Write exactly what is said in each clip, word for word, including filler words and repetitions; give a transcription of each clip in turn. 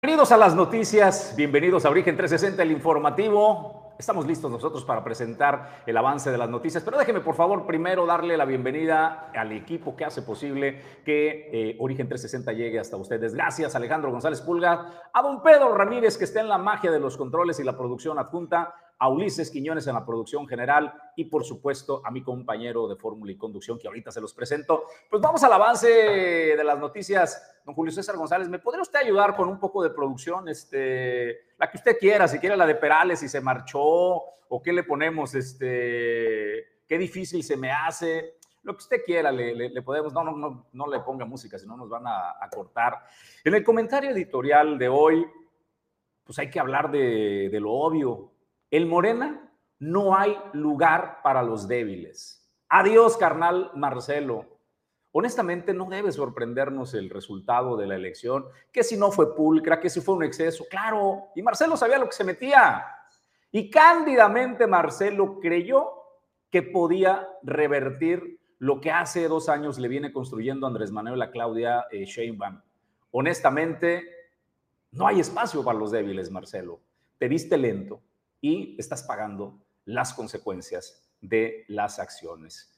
Bienvenidos a las noticias, bienvenidos a Origen trescientos sesenta, el informativo. Estamos listos nosotros para presentar el avance de las noticias, pero déjeme por favor primero darle la bienvenida al equipo que hace posible que eh, Origen trescientos sesenta llegue hasta ustedes. Gracias a Alejandro González Pulga, a don Pedro Ramírez, que está en la magia de los controles y la producción adjunta, a Ulises Quiñones en la producción general y por supuesto a mi compañero de fórmula y conducción que ahorita se los presento. Pues vamos al avance de las noticias. Don Julio César González, ¿me podría usted ayudar con un poco de producción? Este, la que usted quiera, si quiere la de Perales, si se marchó o qué le ponemos, este, qué difícil se me hace, lo que usted quiera, le, le, le podemos, no, no, no, no le ponga música, si no nos van a, a cortar. En el comentario editorial de hoy, pues hay que hablar de, de lo obvio. En Morena no hay lugar para los débiles. Adiós, carnal Marcelo. Honestamente, no debe sorprendernos el resultado de la elección, que si no fue pulcra, que si fue un exceso, claro, y Marcelo sabía lo que se metía. Y cándidamente Marcelo creyó que podía revertir lo que hace dos años le viene construyendo Andrés Manuel a Claudia eh, Sheinbaum. Honestamente, no hay espacio para los débiles, Marcelo. Te viste lento y estás pagando las consecuencias de las acciones.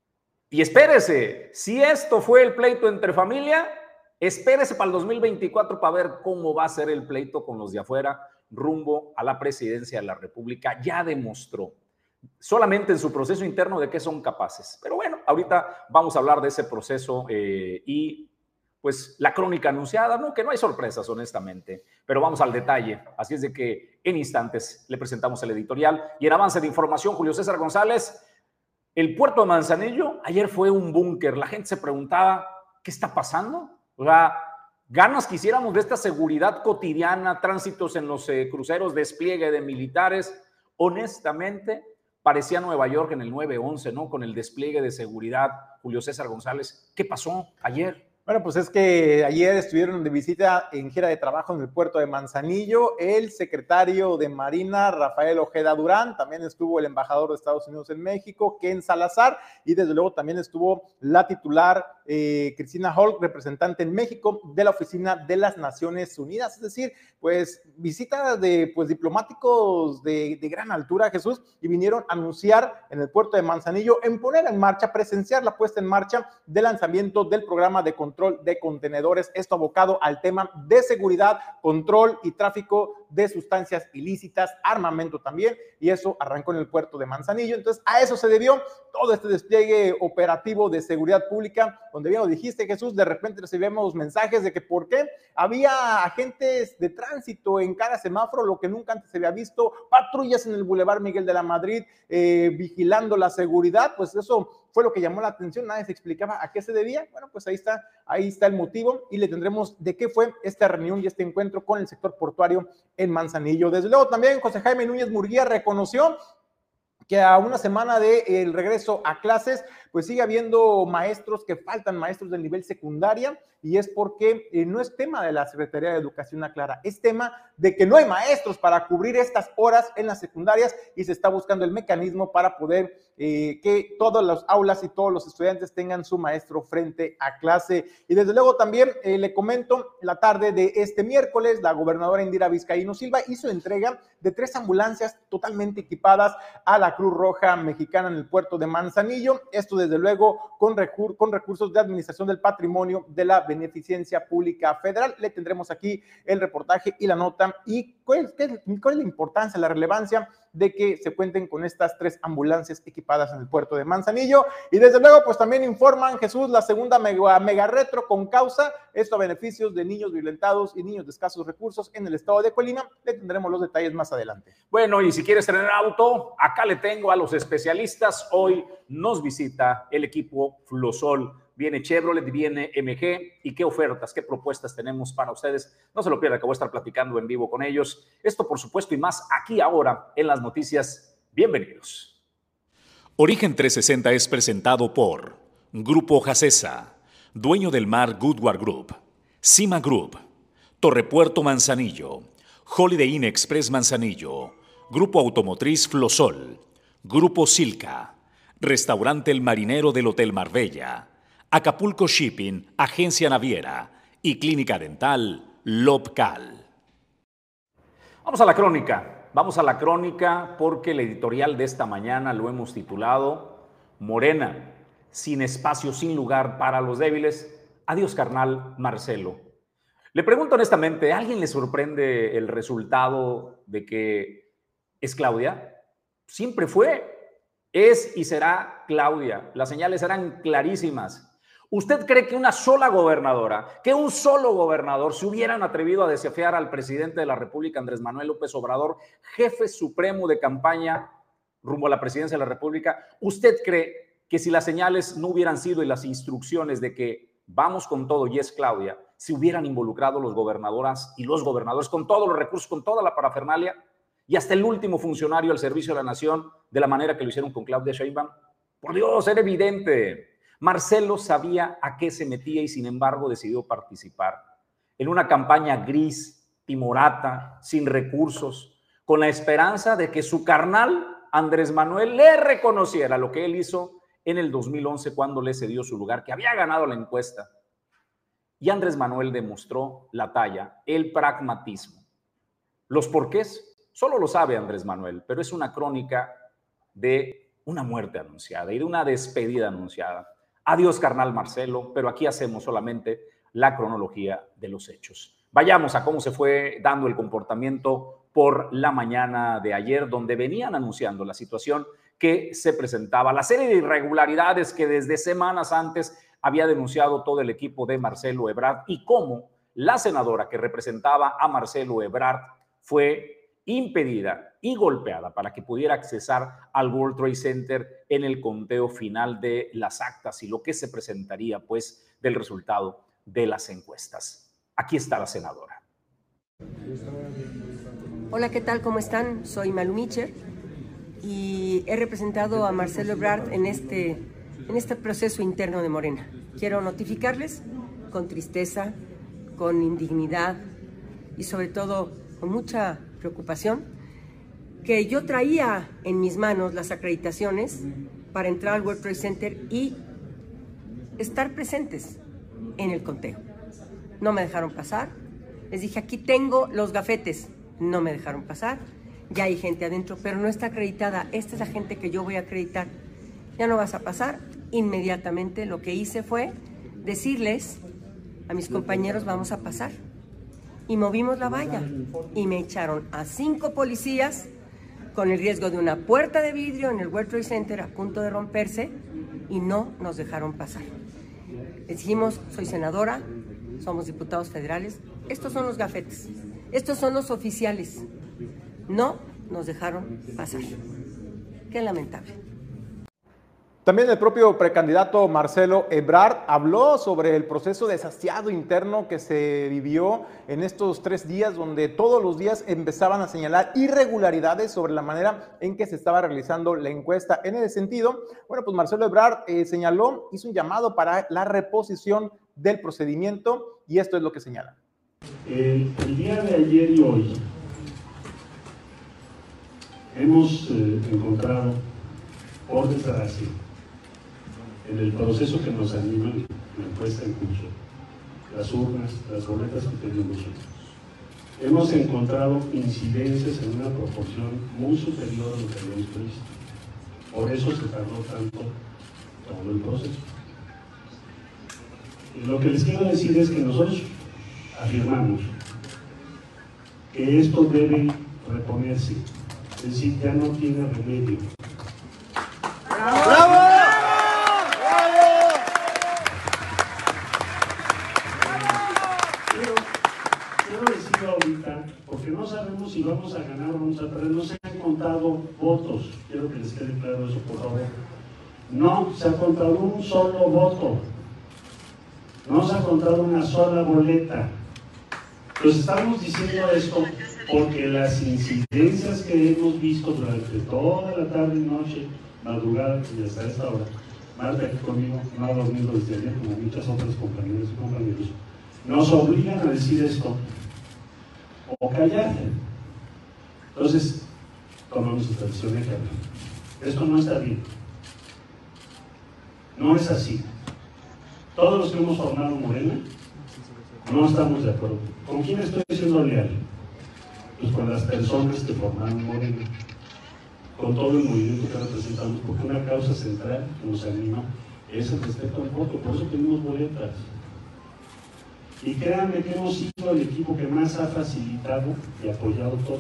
Y espérese, si esto fue el pleito entre familia, espérese para el dos mil veinticuatro para ver cómo va a ser el pleito con los de afuera rumbo a la presidencia de la República. Ya demostró solamente en su proceso interno de que son capaces. Pero bueno, ahorita vamos a hablar de ese proceso eh, y pues la crónica anunciada, ¿no? Que no hay sorpresas, honestamente, pero vamos al detalle. Así es de que en instantes le presentamos el editorial. Y en avance de información, Julio César González, el puerto de Manzanillo ayer fue un búnker. La gente se preguntaba, ¿qué está pasando? O sea, ganas quisiéramos de esta seguridad cotidiana, tránsitos en los eh, cruceros, despliegue de militares. Honestamente, parecía Nueva York en el nueve once, ¿no? Con el despliegue de seguridad. Julio César González, ¿qué pasó ayer? Bueno, pues es que ayer estuvieron de visita en gira de trabajo en el puerto de Manzanillo el secretario de Marina, Rafael Ojeda Durán, también estuvo el embajador de Estados Unidos en México, Ken Salazar, y desde luego también estuvo la titular eh, Cristina Holk, representante en México de la Oficina de las Naciones Unidas, es decir, pues visita de pues diplomáticos de, de gran altura, Jesús, y vinieron a anunciar en el puerto de Manzanillo en poner en marcha, presenciar la puesta en marcha del lanzamiento del programa de control de contenedores, esto abocado al tema de seguridad, control y tráfico de sustancias ilícitas, armamento también, y eso arrancó en el puerto de Manzanillo. Entonces a eso se debió todo este despliegue operativo de seguridad pública, donde bien lo dijiste, Jesús, de repente recibimos mensajes de que por qué había agentes de tránsito en cada semáforo, lo que nunca antes se había visto, patrullas en el Boulevard Miguel de la Madrid, eh, vigilando la seguridad, pues eso fue lo que llamó la atención, nadie se explicaba a qué se debía. Bueno, pues ahí está, ahí está el motivo y le tendremos de qué fue esta reunión y este encuentro con el sector portuario en Manzanillo. Desde luego también José Jaime Núñez Murguía reconoció que a una semana del de regreso a clases, pues sigue habiendo maestros que faltan, maestros del nivel secundaria, y es porque eh, no es tema de la Secretaría de Educación Aclara, es tema de que no hay maestros para cubrir estas horas en las secundarias y se está buscando el mecanismo para poder eh, que todas las aulas y todos los estudiantes tengan su maestro frente a clase. Y desde luego también eh, le comento, la tarde de este miércoles, la gobernadora Indira Vizcaíno Silva hizo entrega de tres ambulancias totalmente equipadas a la Cruz Roja Mexicana en el puerto de Manzanillo, esto desde luego con, recur con recursos de administración del patrimonio de la Beneficencia Pública Federal. Le tendremos aquí el reportaje y la nota y cuál, qué, cuál es la importancia, la relevancia de que se cuenten con estas tres ambulancias equipadas en el puerto de Manzanillo. Y desde luego pues también informan, Jesús, la segunda mega, mega retro con causa, esto a beneficios de niños violentados y niños de escasos recursos en el estado de Colima. Le tendremos los detalles más adelante. Bueno, y si quieres tener auto, acá le tengo a los especialistas. Hoy nos visita el equipo Flosol. Viene Chevrolet, viene M G, y qué ofertas, qué propuestas tenemos para ustedes. No se lo pierda, que voy a estar platicando en vivo con ellos. Esto, por supuesto, y más aquí ahora en las noticias. Bienvenidos. Origen trescientos sesenta es presentado por Grupo Jacesa, dueño del mar Goodward Group, Cima Group, Torrepuerto Manzanillo, Holiday Inn Express Manzanillo, Grupo Automotriz Flosol, Grupo Silca, Restaurante El Marinero del Hotel Marbella, Acapulco Shipping, Agencia Naviera y Clínica Dental Lobcal. Vamos a la crónica, vamos a la crónica porque el editorial de esta mañana lo hemos titulado Morena, sin espacio, sin lugar para los débiles. Adiós, carnal Marcelo. Le pregunto honestamente, ¿a alguien le sorprende el resultado de que es Claudia? Siempre fue, es y será Claudia. Las señales eran clarísimas. ¿Usted cree que una sola gobernadora, que un solo gobernador se hubieran atrevido a desafiar al presidente de la República, Andrés Manuel López Obrador, jefe supremo de campaña rumbo a la presidencia de la República? ¿Usted cree que si las señales no hubieran sido y las instrucciones de que vamos con todo y es Claudia, se hubieran involucrado los gobernadoras y los gobernadores con todos los recursos, con toda la parafernalia y hasta el último funcionario al servicio de la nación de la manera que lo hicieron con Claudia Sheinbaum? Por Dios, era evidente. Marcelo sabía a qué se metía y sin embargo decidió participar en una campaña gris, timorata, sin recursos, con la esperanza de que su carnal Andrés Manuel le reconociera lo que él hizo en el dos mil once cuando le cedió su lugar, que había ganado la encuesta. Y Andrés Manuel demostró la talla, el pragmatismo. Los porqués solo lo sabe Andrés Manuel, pero es una crónica de una muerte anunciada y de una despedida anunciada. Adiós, carnal Marcelo, pero aquí hacemos solamente la cronología de los hechos. Vayamos a cómo se fue dando el comportamiento por la mañana de ayer, donde venían anunciando la situación que se presentaba, la serie de irregularidades que desde semanas antes había denunciado todo el equipo de Marcelo Ebrard y cómo la senadora que representaba a Marcelo Ebrard fue impedida y golpeada para que pudiera accesar al World Trade Center en el conteo final de las actas y lo que se presentaría pues del resultado de las encuestas. Aquí está la senadora. Hola, ¿qué tal? ¿Cómo están? Soy Malu Micher y he representado a Marcelo Ebrard en este, en este proceso interno de Morena. Quiero notificarles con tristeza, con indignidad y sobre todo con mucha preocupación que yo traía en mis manos las acreditaciones para entrar al World Trade Center y estar presentes en el conteo. No me dejaron pasar. Les dije, aquí tengo los gafetes. No me dejaron pasar. Ya hay gente adentro, pero no está acreditada. Esta es la gente que yo voy a acreditar. Ya no vas a pasar. Inmediatamente lo que hice fue decirles a mis compañeros, vamos a pasar. Y movimos la valla y me echaron a cinco policías con el riesgo de una puerta de vidrio en el World Trade Center a punto de romperse y no nos dejaron pasar. Les dijimos, soy senadora, somos diputados federales, estos son los gafetes, estos son los oficiales. No nos dejaron pasar. Qué lamentable. También el propio precandidato Marcelo Ebrard habló sobre el proceso desafiado interno que se vivió en estos tres días, donde todos los días empezaban a señalar irregularidades sobre la manera en que se estaba realizando la encuesta. En ese sentido, bueno, pues Marcelo Ebrard eh, señaló, hizo un llamado para la reposición del procedimiento y esto es lo que señala. El, el día de ayer y hoy hemos eh, encontrado, por desgracia, en el proceso que nos anima la encuesta en curso, las urnas, las boletas que tenemos nosotros, hemos encontrado incidencias en una proporción muy superior a lo que habíamos previsto. Por eso se tardó tanto todo el proceso. Y lo que les quiero decir es que nosotros afirmamos que esto debe reponerse, es decir, ya no tiene remedio. ¡Bravo! ¡Bravo! Quiero, quiero decirlo ahorita, porque no sabemos si vamos a ganar o vamos a perder, no se han contado votos, quiero que les quede claro eso, por favor. No se ha contado un solo voto, no se ha contado una sola boleta. Entonces estamos diciendo esto porque las incidencias que hemos visto durante toda la tarde y noche, madrugada y hasta esta hora, Marta aquí conmigo no ha dormido desde ayer como muchas otras compañeras y compañeros, nos obligan a decir esto o callar. Entonces tomamos esta decisión de callar. Esto no está bien, no es así. Todos los que hemos formado Morena no estamos de acuerdo. ¿Con quién estoy siendo leal? pues con las personas que formaron Morena, con todo el movimiento que representamos, porque una causa central que nos anima es el respeto al voto, por eso tenemos boletas. Y créanme que hemos sido el equipo que más ha facilitado y apoyado todo.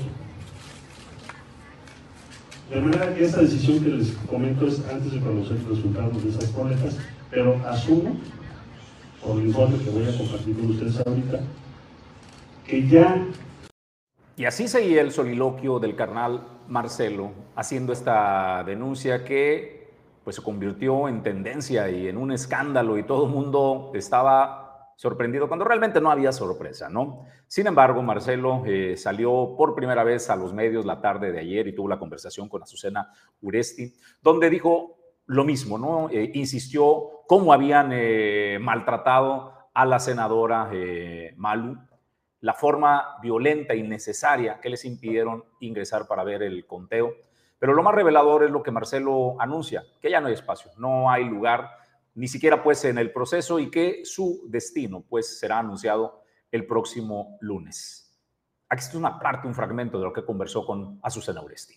De manera que esta decisión que les comento es antes de conocer los resultados de esas boletas, pero asumo, por el informe que voy a compartir con ustedes ahorita, que ya... Y así seguía el soliloquio del carnal Marcelo haciendo esta denuncia que pues se convirtió en tendencia y en un escándalo y todo el mundo estaba sorprendido cuando realmente no había sorpresa, ¿no? Sin embargo, Marcelo eh, salió por primera vez a los medios la tarde de ayer y tuvo la conversación con Azucena Uresti, donde dijo lo mismo, ¿no? Eh, insistió cómo habían eh, maltratado a la senadora eh, Malu, la forma violenta y innecesaria que les impidieron ingresar para ver el conteo. Pero lo más revelador es lo que Marcelo anuncia, que ya no hay espacio, no hay lugar, ni siquiera pues en el proceso, y que su destino pues será anunciado el próximo lunes. Aquí está una parte, un fragmento de lo que conversó con Azucena Uresti.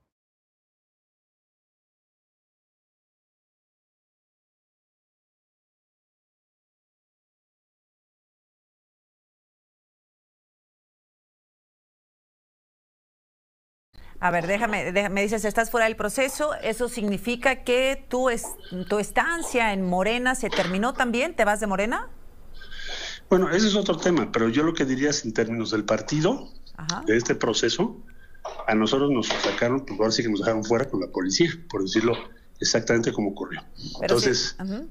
A ver, déjame, déjame, me dices, estás fuera del proceso, ¿eso significa que tu, es, tu estancia en Morena se terminó también? ¿Te vas de Morena? Bueno, ese es otro tema, pero yo lo que diría es en términos del partido, Ajá. de este proceso, a nosotros nos sacaron, pues ahora sí que nos dejaron fuera con la policía, por decirlo exactamente como ocurrió. Pero Entonces... Sí, uh-huh.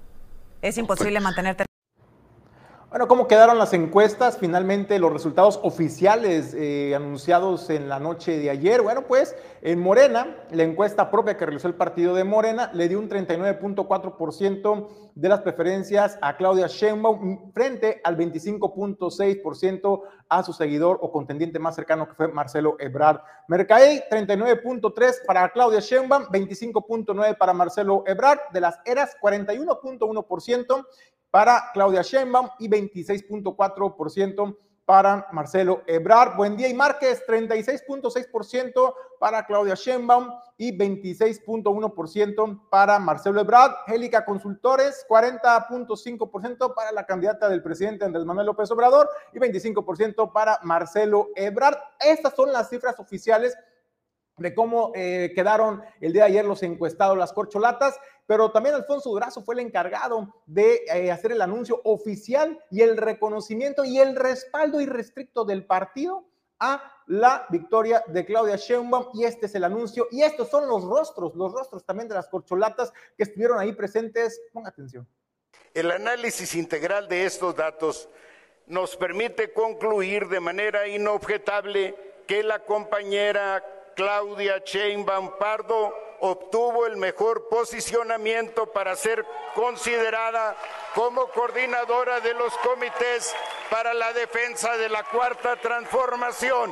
Es imposible pues, mantenerte... Bueno, ¿cómo quedaron las encuestas? Finalmente, los resultados oficiales eh, anunciados en la noche de ayer. Bueno, pues en Morena, la encuesta propia que realizó el partido de Morena le dio un treinta y nueve punto cuatro por ciento de las preferencias a Claudia Sheinbaum frente al veinticinco punto seis por ciento a su seguidor o contendiente más cercano, que fue Marcelo Ebrard Mercadey. Treinta y nueve punto tres por ciento para Claudia Sheinbaum, veinticinco punto nueve por ciento para Marcelo Ebrard. De las eras, cuarenta y uno punto uno por ciento para Claudia Sheinbaum y veintiséis punto cuatro por ciento para Marcelo Ebrard. Buendía y Márquez, treinta y seis punto seis por ciento para Claudia Sheinbaum y veintiséis punto uno por ciento para Marcelo Ebrard. Gélica Consultores, cuarenta punto cinco por ciento para la candidata del presidente Andrés Manuel López Obrador y veinticinco por ciento para Marcelo Ebrard. Estas son las cifras oficiales de cómo eh, quedaron el día de ayer los encuestados, las corcholatas, pero también Alfonso Durazo fue el encargado de eh, hacer el anuncio oficial y el reconocimiento y el respaldo irrestricto del partido a la victoria de Claudia Sheinbaum, y este es el anuncio, y estos son los rostros, los rostros también de las corcholatas que estuvieron ahí presentes. Ponga atención. El análisis integral de estos datos nos permite concluir de manera inobjetable que la compañera Claudia Sheinbaum Pardo obtuvo el mejor posicionamiento para ser considerada como coordinadora de los comités para la defensa de la Cuarta Transformación.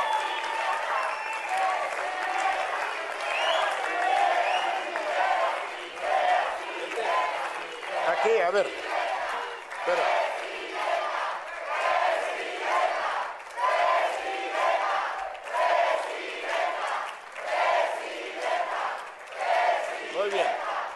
Aquí, a ver. Espera. Muy bien.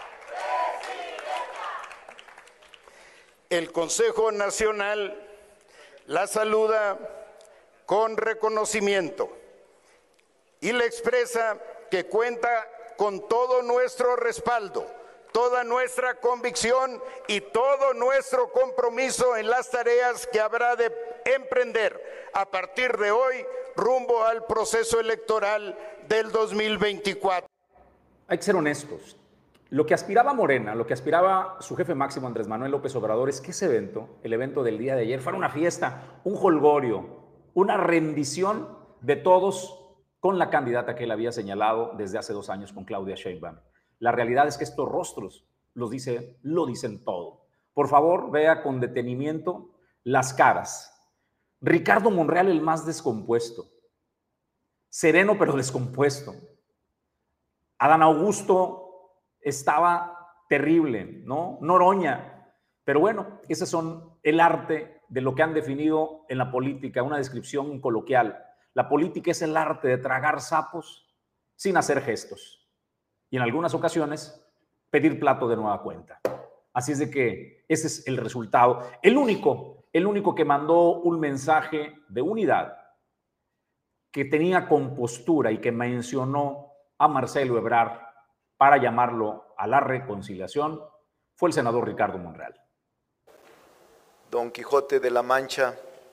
El Consejo Nacional la saluda con reconocimiento y le expresa que cuenta con todo nuestro respaldo, toda nuestra convicción y todo nuestro compromiso en las tareas que habrá de emprender a partir de hoy rumbo al proceso electoral del dos mil veinticuatro. Hay que ser honestos. Lo que aspiraba Morena, lo que aspiraba su jefe máximo Andrés Manuel López Obrador, es que ese evento, el evento del día de ayer, fuera una fiesta, un jolgorio, una rendición de todos con la candidata que él había señalado desde hace dos años con Claudia Sheinbaum. La realidad es que estos rostros los dice, lo dicen todo. Por favor, vea con detenimiento las caras. Ricardo Monreal, el más descompuesto. Sereno pero descompuesto. Adán Augusto estaba terrible, ¿no? Noroña. Pero bueno, esos son el arte de lo que han definido en la política, una descripción coloquial. La política es el arte de tragar sapos sin hacer gestos. Y en algunas ocasiones, pedir plato de nueva cuenta. Así es de que ese es el resultado. El único, el único que mandó un mensaje de unidad, que tenía compostura y que mencionó a Marcelo Ebrard para llamarlo a la reconciliación, fue el senador Ricardo Monreal. Don Quijote de la Mancha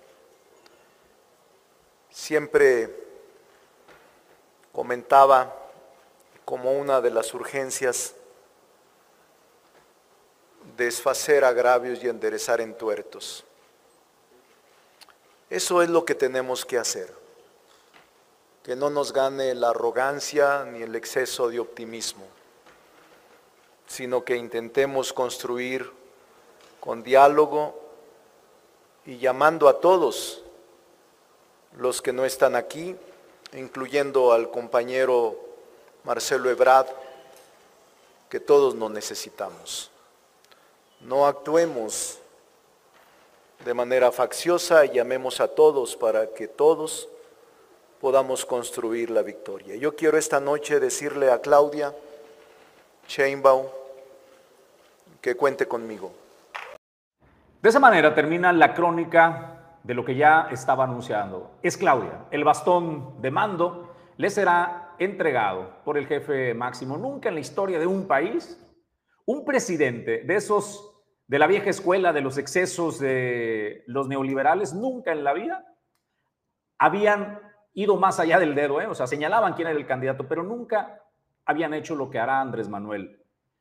siempre comentaba como una de las urgencias desfacer agravios y enderezar entuertos. Eso es lo que tenemos que hacer, que no nos gane la arrogancia ni el exceso de optimismo, sino que intentemos construir con diálogo y llamando a todos los que no están aquí, incluyendo al compañero Marcelo Ebrard, que todos nos necesitamos. No actuemos de manera facciosa y llamemos a todos para que todos podamos construir la victoria. Yo quiero esta noche decirle a Claudia Sheinbaum que cuente conmigo. De esa manera termina la crónica de lo que ya estaba anunciando. Es Claudia, el bastón de mando le será entregado por el jefe máximo. Nunca en la historia de un país, un presidente de esos de la vieja escuela, de los excesos de los neoliberales, nunca en la vida habían ido más allá del dedo, ¿eh? O sea, señalaban quién era el candidato, pero nunca habían hecho lo que hará Andrés Manuel,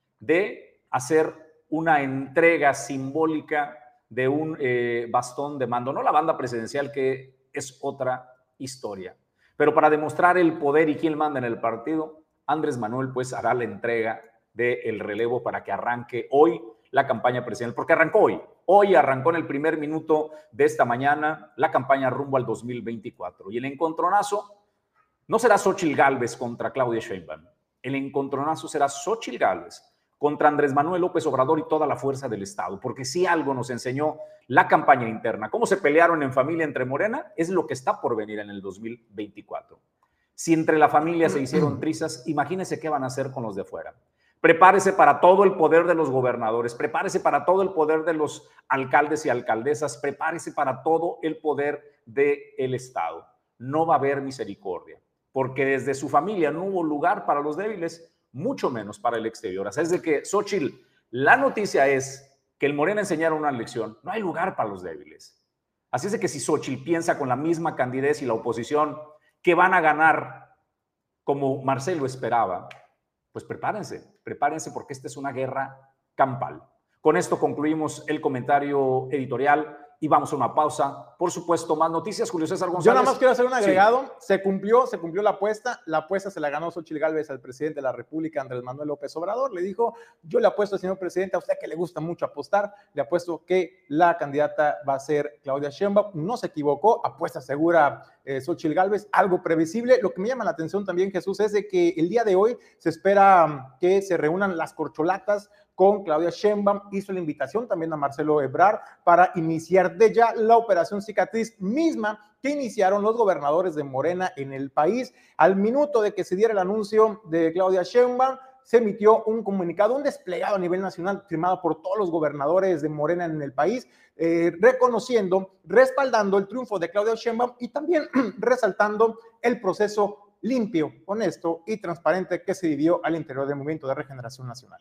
de hacer una entrega simbólica de un eh, bastón de mando, no la banda presidencial, que es otra historia, pero para demostrar el poder y quién manda en el partido, Andrés Manuel pues hará la entrega del relevo para que arranque hoy la campaña presidencial, porque arrancó hoy, hoy arrancó en el primer minuto de esta mañana la campaña rumbo al dos mil veinticuatro, y el encontronazo no será Xóchitl Gálvez contra Claudia Sheinbaum, el encontronazo será Xóchitl Gálvez contra Andrés Manuel López Obrador y toda la fuerza del Estado, porque si algo nos enseñó la campaña interna, cómo se pelearon en familia entre Morena, es lo que está por venir en el dos mil veinticuatro. Si entre la familia se hicieron trizas, imagínense qué van a hacer con los de fuera. Prepárese para todo el poder de los gobernadores, prepárese para todo el poder de los alcaldes y alcaldesas, prepárese para todo el poder del Estado. No va a haber misericordia, porque desde su familia no hubo lugar para los débiles, mucho menos para el exterior. Así es de que, Xóchitl, la noticia es que el Morena enseñaron una lección, no hay lugar para los débiles. Así es de que si Xóchitl piensa con la misma candidez y la oposición que van a ganar como Marcelo esperaba, pues prepárense, prepárense porque esta es una guerra campal. Con esto concluimos el comentario editorial y vamos a una pausa. Por supuesto, más noticias. Julio César González. Yo nada más quiero hacer un agregado. Sí. Se cumplió, se cumplió la apuesta. La apuesta se la ganó Xóchitl Gálvez al presidente de la República, Andrés Manuel López Obrador. Le dijo, yo le apuesto, señor presidente, a usted que le gusta mucho apostar, le apuesto que la candidata va a ser Claudia Sheinbaum. No se equivocó, apuesta segura eh, Xóchitl Gálvez, algo previsible. Lo que me llama la atención también, Jesús, es de que el día de hoy se espera que se reúnan las corcholatas con Claudia Sheinbaum. Hizo la invitación también a Marcelo Ebrard para iniciar de ya la operación cicatriz misma que iniciaron los gobernadores de Morena en el país. Al minuto de que se diera el anuncio de Claudia Sheinbaum, se emitió un comunicado, un desplegado a nivel nacional firmado por todos los gobernadores de Morena en el país, eh, reconociendo, respaldando el triunfo de Claudia Sheinbaum y también resaltando el proceso limpio, honesto y transparente que se vivió al interior del Movimiento de Regeneración Nacional.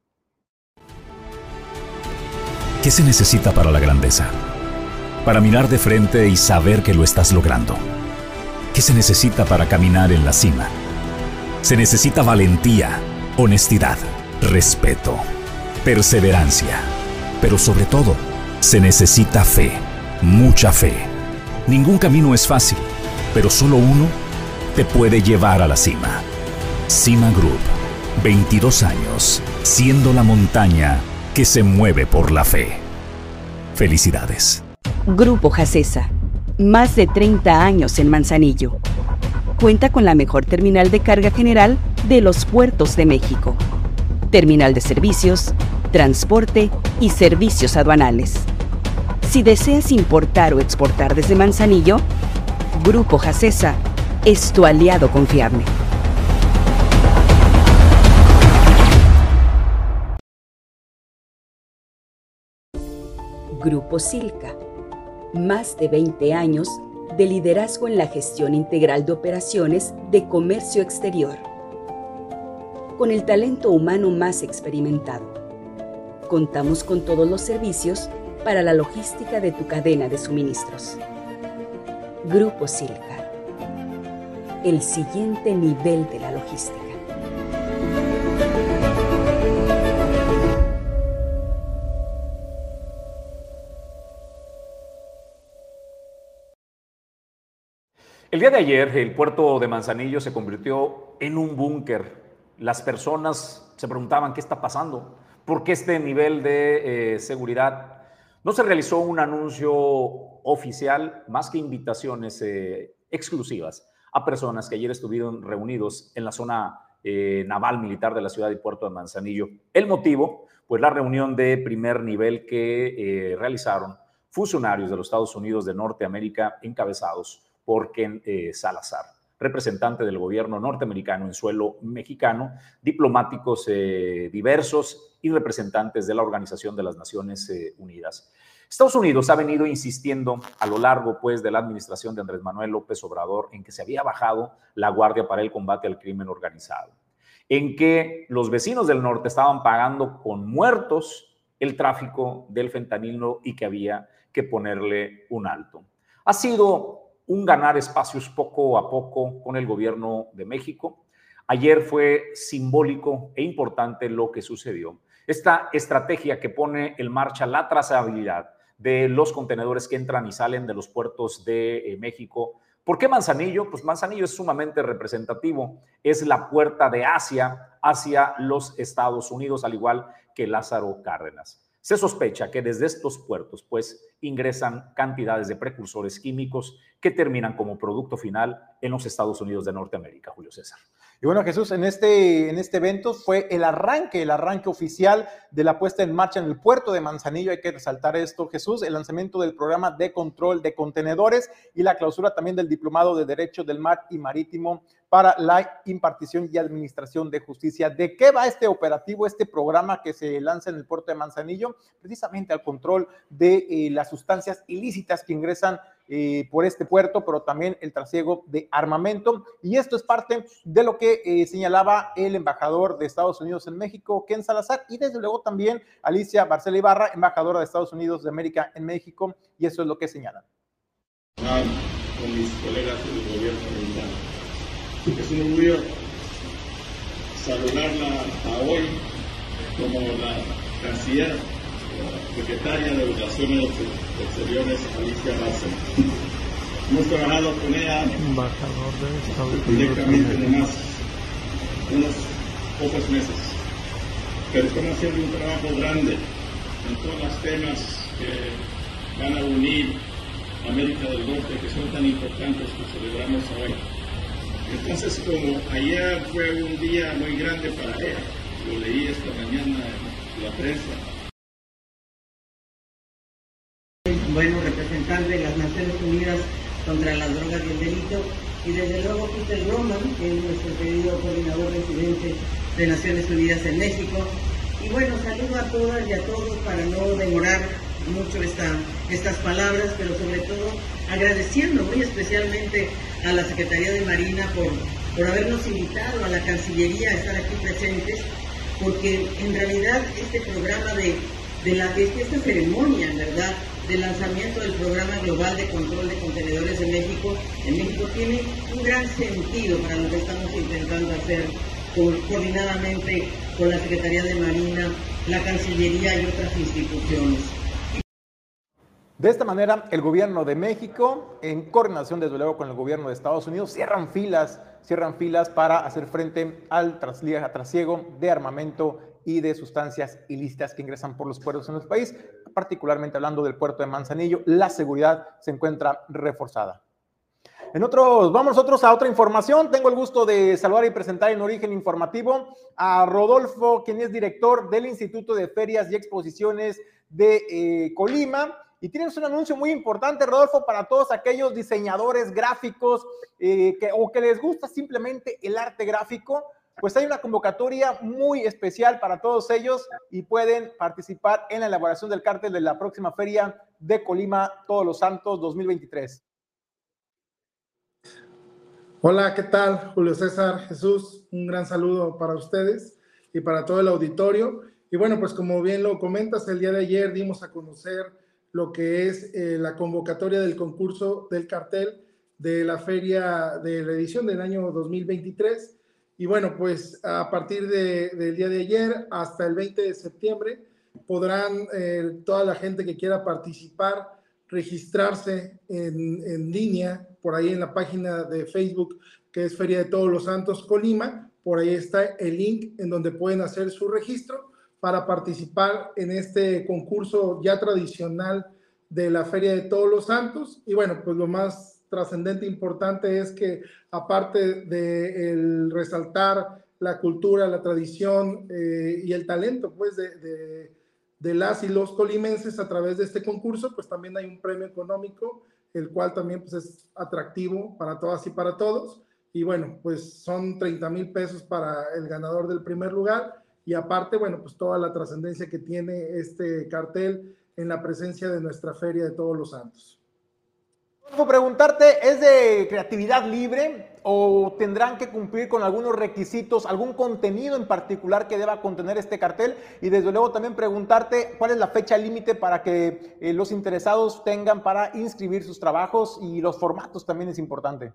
¿Qué se necesita para la grandeza? Para mirar de frente y saber que lo estás logrando. ¿Qué se necesita para caminar en la cima? Se necesita valentía, honestidad, respeto, perseverancia. Pero sobre todo, se necesita fe, mucha fe. Ningún camino es fácil, pero solo uno te puede llevar a la cima. Cima Group, veintidós años, siendo la montaña que se mueve por la fe. Felicidades. Grupo Jacesa, más de treinta años en Manzanillo. Cuenta con la mejor terminal de carga general de los puertos de México. Terminal de servicios, transporte y servicios aduanales. Si deseas importar o exportar desde Manzanillo, Grupo Jacesa es tu aliado confiable. Grupo Silca. Más de veinte años de liderazgo en la gestión integral de operaciones de comercio exterior. Con el talento humano más experimentado. Contamos con todos los servicios para la logística de tu cadena de suministros. Grupo Silca. El siguiente nivel de la logística. El día de ayer, el puerto de Manzanillo se convirtió en un búnker. Las personas se preguntaban qué está pasando, por qué este nivel de eh, seguridad. No se realizó un anuncio oficial, más que invitaciones eh, exclusivas a personas que ayer estuvieron reunidos en la zona eh, naval militar de la ciudad y puerto de Manzanillo. El motivo, pues la reunión de primer nivel que eh, realizaron funcionarios de los Estados Unidos de Norteamérica encabezados por Ken eh, Salazar, representante del gobierno norteamericano en suelo mexicano, diplomáticos eh, diversos y representantes de la Organización de las Naciones eh, Unidas. Estados Unidos ha venido insistiendo a lo largo pues, de la administración de Andrés Manuel López Obrador en que se había bajado la guardia para el combate al crimen organizado, en que los vecinos del norte estaban pagando con muertos el tráfico del fentanilo y que había que ponerle un alto. Ha sido un ganar espacios poco a poco con el gobierno de México. Ayer fue simbólico e importante lo que sucedió. Esta estrategia que pone en marcha la trazabilidad de los contenedores que entran y salen de los puertos de eh, México. ¿Por qué Manzanillo? Pues Manzanillo es sumamente representativo. Es la puerta de Asia hacia los Estados Unidos, al igual que Lázaro Cárdenas. Se sospecha que desde estos puertos pues, ingresan cantidades de precursores químicos que terminan como producto final en los Estados Unidos de Norteamérica, Julio César. Y bueno, Jesús, en este, en este evento fue el arranque, el arranque oficial de la puesta en marcha en el puerto de Manzanillo. Hay que resaltar esto, Jesús, el lanzamiento del programa de control de contenedores y la clausura también del Diplomado de Derecho del Mar y Marítimo para la impartición y administración de justicia. ¿De qué va este operativo, este programa que se lanza en el puerto de Manzanillo? Precisamente al control de eh, las sustancias ilícitas que ingresan eh, por este puerto, pero también el trasiego de armamento. Y esto es parte de lo que eh, señalaba el embajador de Estados Unidos en México, Ken Salazar, y desde luego también Alicia Barcela Ibarra, embajadora de Estados Unidos de América en México, y eso es lo que señalan. Con mis colegas del gobierno mexicano. Es un orgullo saludarla a hoy como la canciller, la secretaria de Relaciones Exteriores, Alicia Bárcena. Hemos trabajado con ella directamente nomás unos pocos meses, pero estamos haciendo un trabajo grande en todos los temas que van a unir América del Norte, que son tan importantes que celebramos hoy. Entonces, como ayer fue un día muy grande para ella, lo leí esta mañana en la prensa. Bueno, representante de las Naciones Unidas contra las drogas y el delito, y desde luego Peter Roman, que es nuestro querido coordinador residente de Naciones Unidas en México. Y bueno, saludo a todas y a todos para no demorar mucho esta, estas palabras, pero sobre todo agradeciendo muy especialmente a la Secretaría de Marina por, por habernos invitado a la Cancillería a estar aquí presentes, porque en realidad este programa de, de la, esta ceremonia, en verdad, del lanzamiento del Programa Global de Control de Contenedores de México, en México tiene un gran sentido para lo que estamos intentando hacer coordinadamente con la Secretaría de Marina, la Cancillería y otras instituciones. De esta manera, el gobierno de México, en coordinación desde luego con el gobierno de Estados Unidos, cierran filas, cierran filas para hacer frente al trasiego de armamento y de sustancias ilícitas que ingresan por los puertos en el país, particularmente hablando del puerto de Manzanillo. La seguridad se encuentra reforzada. En otros, vamos nosotros a otra información. Tengo el gusto de saludar y presentar en Origen Informativo a Rodolfo, quien es director del Instituto de Ferias y Exposiciones de eh, Colima. Y tienes un anuncio muy importante, Rodolfo, para todos aquellos diseñadores gráficos eh, que, o que les gusta simplemente el arte gráfico. Pues hay una convocatoria muy especial para todos ellos y pueden participar en la elaboración del cartel de la próxima Feria de Colima Todos los Santos dos mil veintitrés. Hola, ¿qué tal? Julio César, Jesús, un gran saludo para ustedes y para todo el auditorio. Y bueno, pues como bien lo comentas, el día de ayer dimos a conocer lo que es eh, la convocatoria del concurso del cartel de la feria de la edición del año dos mil veintitrés. Y bueno, pues a partir de, del día de ayer hasta el veinte de septiembre podrán eh, toda la gente que quiera participar registrarse en, en línea por ahí en la página de Facebook que es Feria de Todos los Santos Colima. Por ahí está el link en donde pueden hacer su registro para participar en este concurso ya tradicional de la Feria de Todos los Santos. Y bueno, pues lo más trascendente e importante es que aparte de el resaltar la cultura, la tradición eh, y el talento pues de, de, de las y los colimenses a través de este concurso, pues también hay un premio económico, el cual también pues es atractivo para todas y para todos. Y bueno, pues son treinta mil pesos para el ganador del primer lugar y aparte, bueno, pues toda la trascendencia que tiene este cartel en la presencia de nuestra Feria de Todos los Santos. Quiero preguntarte, ¿es de creatividad libre o tendrán que cumplir con algunos requisitos, algún contenido en particular que deba contener este cartel? Y desde luego también preguntarte cuál es la fecha límite para que eh, los interesados tengan para inscribir sus trabajos y los formatos también es importante.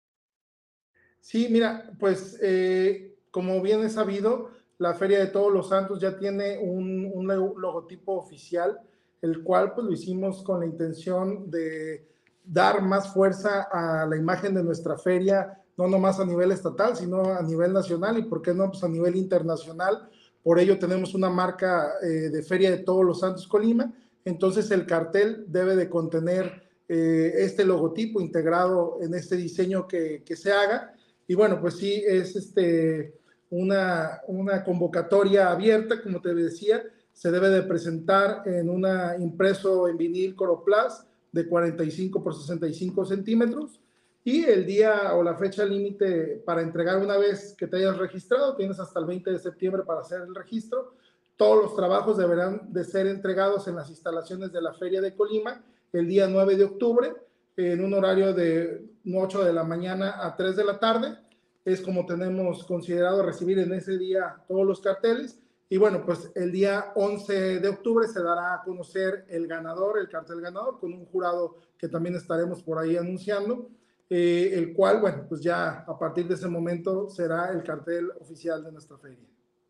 Sí, mira, pues eh, como bien es sabido, la Feria de Todos los Santos ya tiene un, un logotipo oficial, el cual pues lo hicimos con la intención de dar más fuerza a la imagen de nuestra feria, no nomás a nivel estatal, sino a nivel nacional y por qué no, pues a nivel internacional. Por ello tenemos una marca eh, de Feria de Todos los Santos Colima. Entonces el cartel debe de contener eh, este logotipo integrado en este diseño que, que se haga. Y bueno, pues sí, es este, una, una convocatoria abierta, como te decía, se debe de presentar en una impreso en vinil Coroplast de cuarenta y cinco por sesenta y cinco centímetros y el día o la fecha límite para entregar una vez que te hayas registrado, tienes hasta el veinte de septiembre para hacer el registro. Todos los trabajos deberán de ser entregados en las instalaciones de la Feria de Colima el día nueve de octubre en un horario de ocho de la mañana a tres de la tarde. Es como tenemos considerado recibir en ese día todos los carteles. Y bueno, pues el día once de octubre se dará a conocer el ganador, el cartel ganador, con un jurado que también estaremos por ahí anunciando, eh, el cual, bueno, pues ya a partir de ese momento será el cartel oficial de nuestra feria.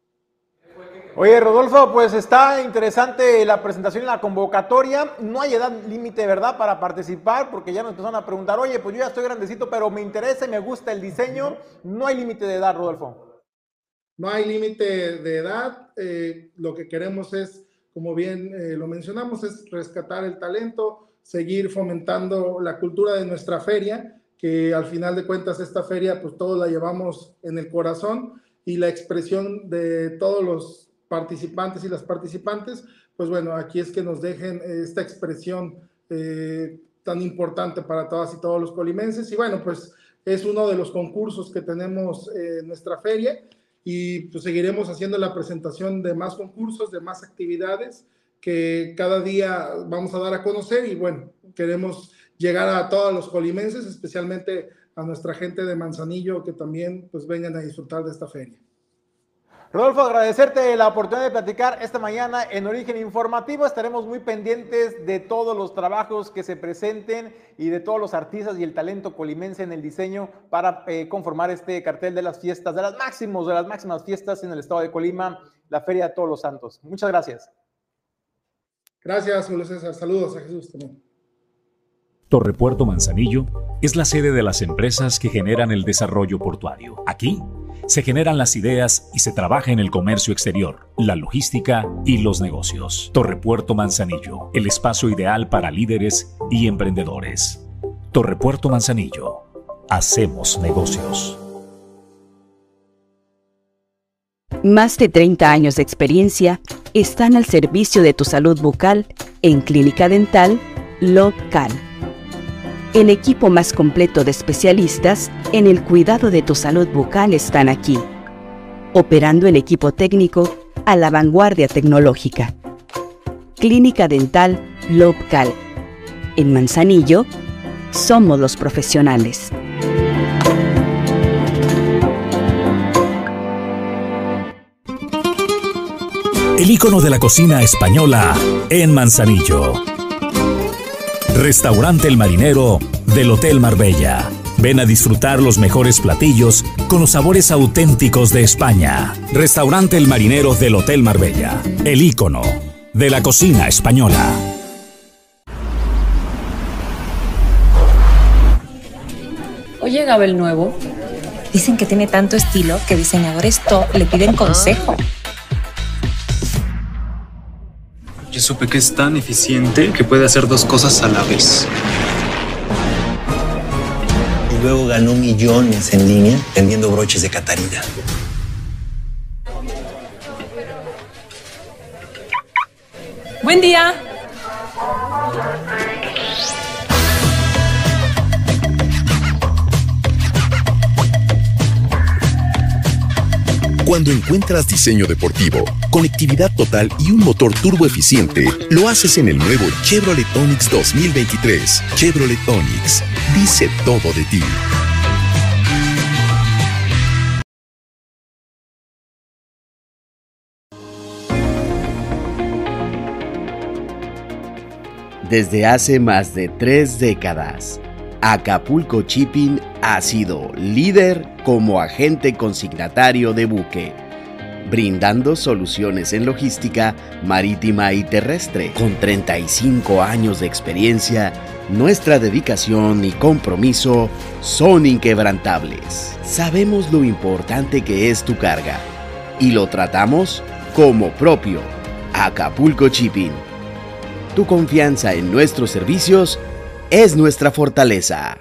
Oye, Rodolfo, pues está interesante la presentación y la convocatoria. No hay edad límite, ¿verdad?, para participar, porque ya nos empezaron a preguntar, oye, pues yo ya estoy grandecito, pero me interesa y me gusta el diseño. No hay límite de edad, Rodolfo. No hay límite de edad, eh, lo que queremos es, como bien eh, lo mencionamos, es rescatar el talento, seguir fomentando la cultura de nuestra feria, que al final de cuentas esta feria pues todos la llevamos en el corazón y la expresión de todos los participantes y las participantes, pues bueno, aquí es que nos dejen esta expresión eh, tan importante para todas y todos los colimenses y bueno, pues es uno de los concursos que tenemos eh, en nuestra feria. Y pues seguiremos haciendo la presentación de más concursos, de más actividades que cada día vamos a dar a conocer y bueno, queremos llegar a todos los colimenses, especialmente a nuestra gente de Manzanillo que también pues vengan a disfrutar de esta feria. Rodolfo, agradecerte la oportunidad de platicar esta mañana en Origen Informativo. Estaremos muy pendientes de todos los trabajos que se presenten y de todos los artistas y el talento colimense en el diseño para eh, conformar este cartel de las fiestas, de las máximos, de las máximas fiestas en el estado de Colima, la Feria de Todos los Santos. Muchas gracias. Gracias, Julio César. Saludos a Jesús también. Torrepuerto Manzanillo es la sede de las empresas que generan el desarrollo portuario. Aquí se generan las ideas y se trabaja en el comercio exterior, la logística y los negocios. Torrepuerto Manzanillo, el espacio ideal para líderes y emprendedores. Torrepuerto Manzanillo, hacemos negocios. Más de treinta años de experiencia están al servicio de tu salud bucal en Clínica Dental LobCal. El equipo más completo de especialistas en el cuidado de tu salud bucal están aquí, operando el equipo técnico a la vanguardia tecnológica. Clínica Dental LobCal. En Manzanillo, somos los profesionales. El ícono de la cocina española en Manzanillo. Restaurante El Marinero del Hotel Marbella. Ven a disfrutar los mejores platillos con los sabores auténticos de España. Restaurante El Marinero del Hotel Marbella. El ícono de la cocina española. Hoy llegaba el nuevo. Dicen que tiene tanto estilo que diseñadores top le piden consejo. Yo supe que es tan eficiente que puede hacer dos cosas a la vez. Y luego ganó millones en línea vendiendo broches de Catarina. Buen día. Cuando encuentras diseño deportivo, conectividad total y un motor turbo eficiente, lo haces en el nuevo Chevrolet Onix dos mil veintitrés. Chevrolet Onix dice todo de ti. Desde hace más de tres décadas, Acapulco Shipping ha sido líder como agente consignatario de buque, brindando soluciones en logística marítima y terrestre. Con treinta y cinco años de experiencia, nuestra dedicación y compromiso son inquebrantables. Sabemos lo importante que es tu carga y lo tratamos como propio. Acapulco Shipping. Tu confianza en nuestros servicios es nuestra fortaleza.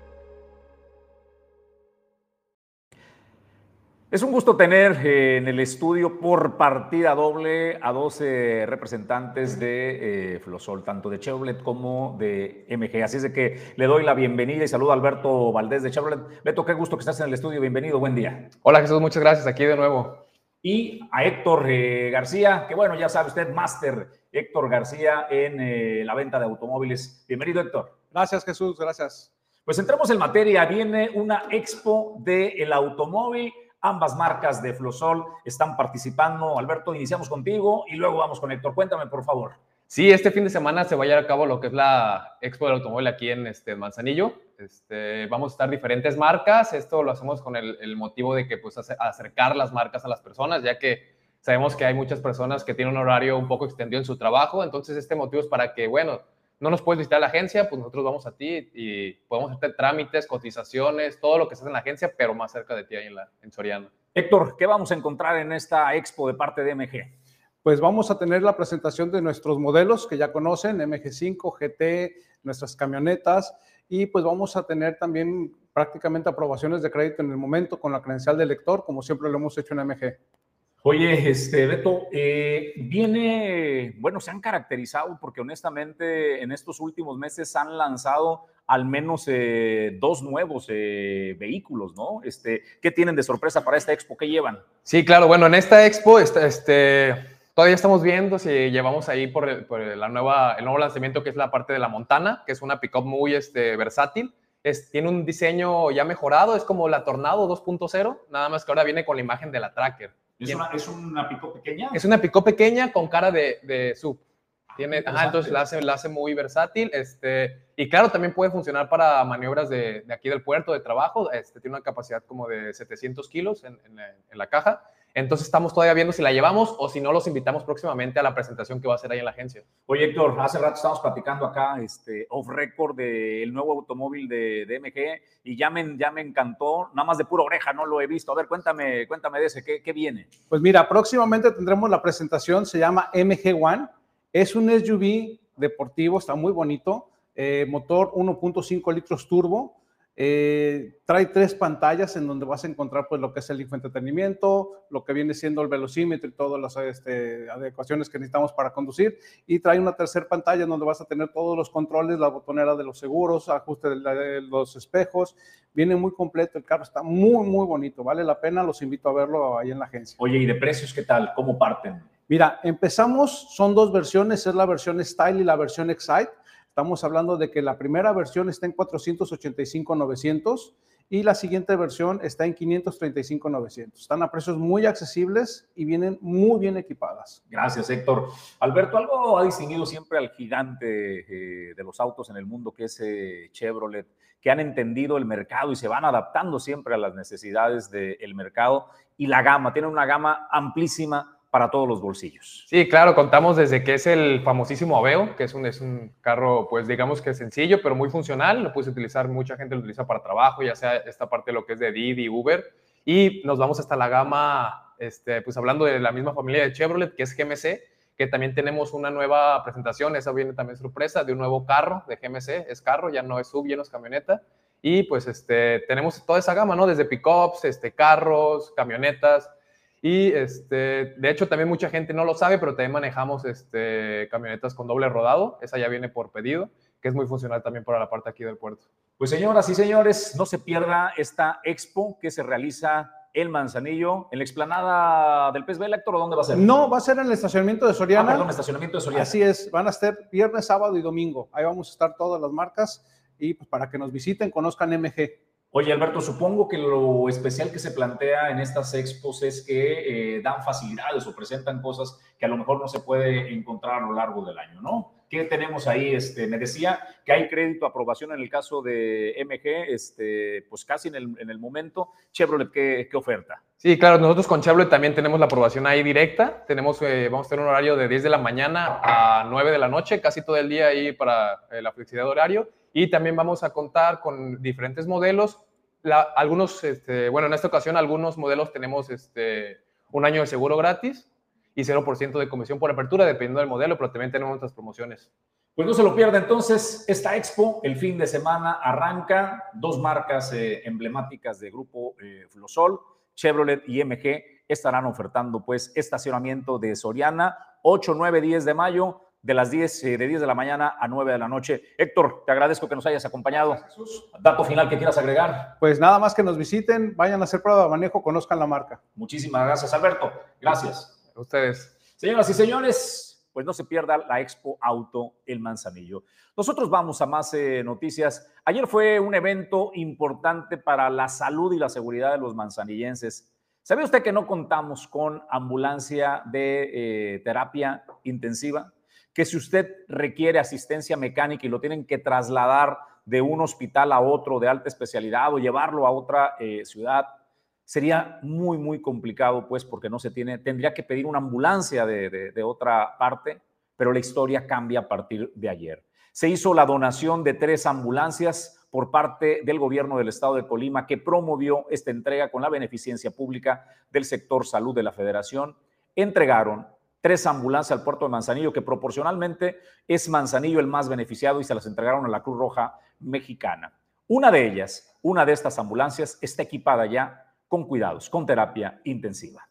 Es un gusto tener eh, en el estudio por partida doble a doce representantes de eh, Flosol, tanto de Chevrolet como de M G. Así es de que le doy la bienvenida y saludo a Alberto Valdés de Chevrolet. Beto, qué gusto que estás en el estudio. Bienvenido, buen día. Hola Jesús, muchas gracias. Aquí de nuevo. Y a Héctor eh, García, que bueno, ya sabe usted, máster Héctor García en eh, la venta de automóviles. Bienvenido, Héctor. Gracias, Jesús, gracias. Pues entramos en materia. Viene una expo del automóvil. Ambas marcas de Flosol están participando. Alberto, iniciamos contigo y luego vamos con Héctor. Cuéntame, por favor. Sí, este fin de semana se va a llevar a cabo lo que es la expo del automóvil aquí en este, Manzanillo. Este, vamos a estar diferentes marcas. Esto lo hacemos con el, el motivo de que pues acercar las marcas a las personas, ya que sabemos que hay muchas personas que tienen un horario un poco extendido en su trabajo. Entonces este motivo es para que, bueno, no nos puedes visitar a la agencia, pues nosotros vamos a ti y podemos hacer trámites, cotizaciones, todo lo que se hace en la agencia, pero más cerca de ti ahí en, la, en Soriana. Héctor, ¿qué vamos a encontrar en esta expo de parte de M G? Pues vamos a tener la presentación de nuestros modelos que ya conocen, M G cinco, G T, nuestras camionetas, y pues vamos a tener también prácticamente aprobaciones de crédito en el momento con la credencial de lector, como siempre lo hemos hecho en M G. Oye, este, Beto, eh, viene, bueno, se han caracterizado porque honestamente en estos últimos meses han lanzado al menos eh, dos nuevos eh, vehículos, ¿no? Este, ¿qué tienen de sorpresa para esta expo? ¿Qué llevan? Sí, claro, bueno, en esta expo este, este, todavía estamos viendo si llevamos ahí por, el, por la nueva, el nuevo lanzamiento que es la parte de la Montana, que es una pick-up muy este, versátil. Es, tiene un diseño ya mejorado, es como la Tornado dos punto cero, nada más que ahora viene con la imagen de la Tracker. ¿Es una, ¿Es una pick-up pequeña? Es una pick-up pequeña con cara de, de sub. Tiene, ajá, entonces la hace, la hace muy versátil. Este, y claro, también puede funcionar para maniobras de, de aquí del puerto de trabajo. Este, tiene una capacidad como de setecientos kilos en, en, en la caja. Entonces estamos todavía viendo si la llevamos o si no los invitamos próximamente a la presentación que va a hacer ahí en la agencia. Oye, Héctor, hace rato estábamos platicando acá este, off record del nuevo automóvil de, de M G y ya me, ya me encantó, nada más de pura oreja, no lo he visto. A ver, cuéntame, cuéntame de ese, ¿qué, qué viene? Pues mira, próximamente tendremos la presentación, se llama M G One, es un S U V deportivo, está muy bonito, eh, motor uno punto cinco litros turbo, Eh, trae tres pantallas en donde vas a encontrar pues lo que es el infoentretenimiento, lo que viene siendo el velocímetro y todas las este, adecuaciones que necesitamos para conducir, y trae una tercera pantalla en donde vas a tener todos los controles, la botonera de los seguros, ajuste de, la, de los espejos. Viene muy completo el carro, está muy muy bonito, vale la pena, los invito a verlo ahí en la agencia. Oye, ¿y de precios qué tal? ¿Cómo parten? Mira, empezamos, son dos versiones, es la versión Style y la versión Excite. Estamos hablando de que la primera versión está en cuatrocientos ochenta y cinco mil novecientos y la siguiente versión está en quinientos treinta y cinco mil novecientos. Están a precios muy accesibles y vienen muy bien equipadas. Gracias, Héctor. Alberto, algo ha distinguido siempre al gigante eh, de los autos en el mundo, que es eh, Chevrolet, que han entendido el mercado y se van adaptando siempre a las necesidades del mercado, y la gama, tienen una gama amplísima para todos los bolsillos. Sí, claro, contamos desde que es el famosísimo Aveo, que es un, es un carro, pues digamos que sencillo, pero muy funcional, lo puedes utilizar, mucha gente lo utiliza para trabajo, ya sea esta parte de lo que es de Didi, Uber, y nos vamos hasta la gama, este, pues hablando de la misma familia de Chevrolet, que es G M C, que también tenemos una nueva presentación, esa viene también sorpresa, de un nuevo carro de G M C, es carro, ya no es sub, ya no es camioneta, y pues este, tenemos toda esa gama, ¿no? Desde pickups, este, carros, camionetas. Y este, de hecho también mucha gente no lo sabe, pero también manejamos este, camionetas con doble rodado. Esa ya viene por pedido, que es muy funcional también para la parte aquí del puerto. Pues señoras y señores, no se pierda esta expo que se realiza en Manzanillo, en la explanada del Pez Vela, Héctor, ¿o dónde va a ser? No, va a ser en el estacionamiento de Soriana. Ah, perdón, estacionamiento de Soriana. Así es, van a estar viernes, sábado y domingo. Ahí vamos a estar todas las marcas y pues para que nos visiten, conozcan M G. Oye, Alberto, supongo que lo especial que se plantea en estas expos es que eh, dan facilidades o presentan cosas que a lo mejor no se puede encontrar a lo largo del año, ¿no? ¿Qué tenemos ahí? Este, me decía que hay crédito, aprobación en el caso de M G, este, pues casi en el, en el momento. Chevrolet, ¿qué, qué oferta? Sí, claro, nosotros con Chevrolet también tenemos la aprobación ahí directa. Tenemos, eh, vamos a tener un horario de diez de la mañana a nueve de la noche, casi todo el día ahí para eh, la flexibilidad de horario. Y también vamos a contar con diferentes modelos. La, algunos, este, bueno, en esta ocasión algunos modelos tenemos este, un año de seguro gratis y cero por ciento de comisión por apertura, dependiendo del modelo, pero también tenemos otras promociones. Pues no se lo pierda entonces esta expo, el fin de semana arranca, dos marcas eh, emblemáticas de Grupo eh, Flosol, Chevrolet y M G, estarán ofertando pues estacionamiento de Soriana, ocho, nueve, diez de mayo, de las diez, eh, de diez de la mañana a nueve de la noche. Héctor, te agradezco que nos hayas acompañado. Jesús, dato final que quieras agregar. Pues nada más que nos visiten, vayan a hacer prueba de manejo, conozcan la marca. Muchísimas gracias, Alberto. Gracias. A ustedes. Señoras y señores, pues no se pierda la Expo Auto El Manzanillo. Nosotros vamos a más eh, noticias. Ayer fue un evento importante para la salud y la seguridad de los manzanillenses. ¿Sabía usted que no contamos con ambulancia de eh, terapia intensiva? Que si usted requiere asistencia mecánica y lo tienen que trasladar de un hospital a otro de alta especialidad o llevarlo a otra eh, ciudad, sería muy, muy complicado, pues, porque no se tiene, tendría que pedir una ambulancia de, de, de otra parte, pero la historia cambia a partir de ayer. Se hizo la donación de tres ambulancias por parte del gobierno del estado de Colima, que promovió esta entrega con la beneficencia pública del sector salud de la federación. Entregaron tres ambulancias al puerto de Manzanillo, que proporcionalmente es Manzanillo el más beneficiado, y se las entregaron a la Cruz Roja Mexicana. Una de ellas, una de estas ambulancias, está equipada ya con cuidados, con terapia intensiva.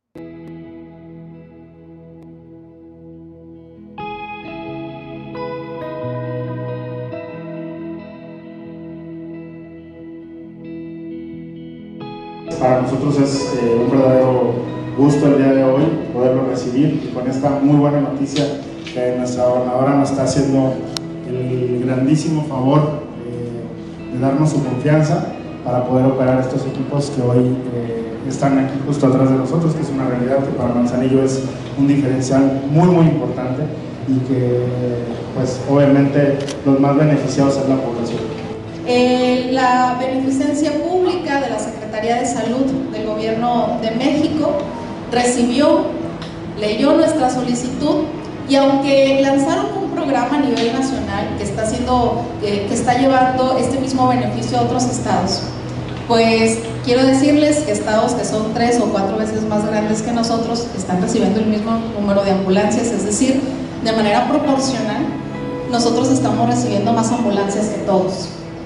Para nosotros es eh, un verdadero gusto el día de hoy poderlo recibir, y con esta muy buena noticia que nuestra gobernadora nos está haciendo el grandísimo favor eh, de darnos su confianza para poder operar estos equipos que hoy eh, están aquí justo atrás de nosotros, que es una realidad que para Manzanillo es un diferencial muy muy importante, y que pues obviamente los más beneficiados es la población. Eh, la beneficencia pública de la Secretaría de Salud del Gobierno de México recibió, leyó nuestra solicitud, y aunque lanzaron un programa a nivel nacional que está, haciendo, que, que está llevando este mismo beneficio a otros estados, pues quiero decirles que estados que son tres o cuatro veces más grandes que nosotros están recibiendo el mismo número de ambulancias, es decir, de manera proporcional, nosotros estamos recibiendo más ambulancias que todos.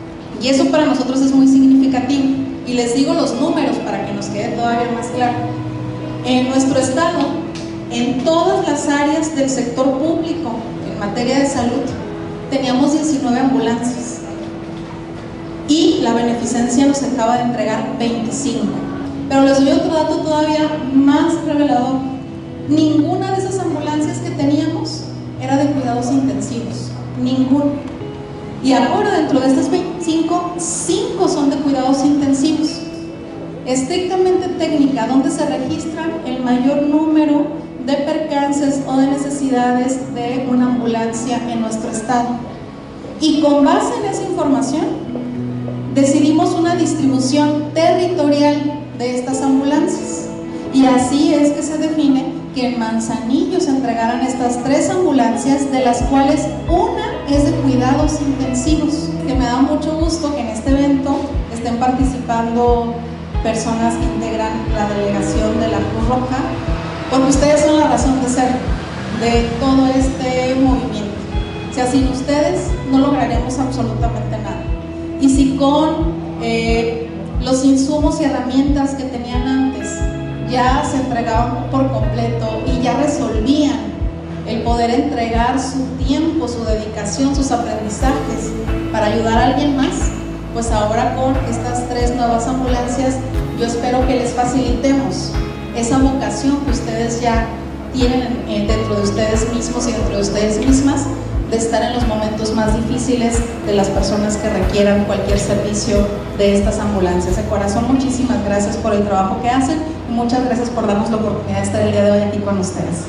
Y eso para nosotros es muy significativo. Y les digo los números para que nos quede todavía más claro. En nuestro estado, en todas las áreas del sector público en materia de salud, teníamos diecinueve ambulancias. Y la beneficencia nos acaba de entregar veinticinco. Pero les doy otro dato todavía más revelador. Ninguna de esas ambulancias que teníamos era de cuidados intensivos. Ninguna. Y ahora, dentro de estas veinticinco, cinco son de cuidados intensivos. Estrictamente técnica, donde se registran el mayor número de percances o de necesidades de una ambulancia en nuestro estado. Y con base en esa información, decidimos una distribución territorial de estas ambulancias. Y así es que se define que en Manzanillo se entregaran estas tres ambulancias, de las cuales una es de cuidados intensivos. Que me da mucho gusto que en este evento estén participando personas que integran la delegación de la Cruz Roja, porque ustedes son la razón de ser de todo este movimiento. O sea, sin ustedes no lograremos absolutamente nada. Y si con eh, los insumos y herramientas que tenían antes ya se entregaban por completo y ya resolvían el poder entregar su tiempo, su dedicación, sus aprendizajes para ayudar a alguien más, pues ahora con estas tres nuevas ambulancias yo espero que les facilitemos esa vocación que ustedes ya tienen dentro de ustedes mismos y dentro de ustedes mismas, de estar en los momentos más difíciles de las personas que requieran cualquier servicio de estas ambulancias. De corazón, muchísimas gracias por el trabajo que hacen y muchas gracias por darnos la oportunidad de estar el día de hoy aquí con ustedes.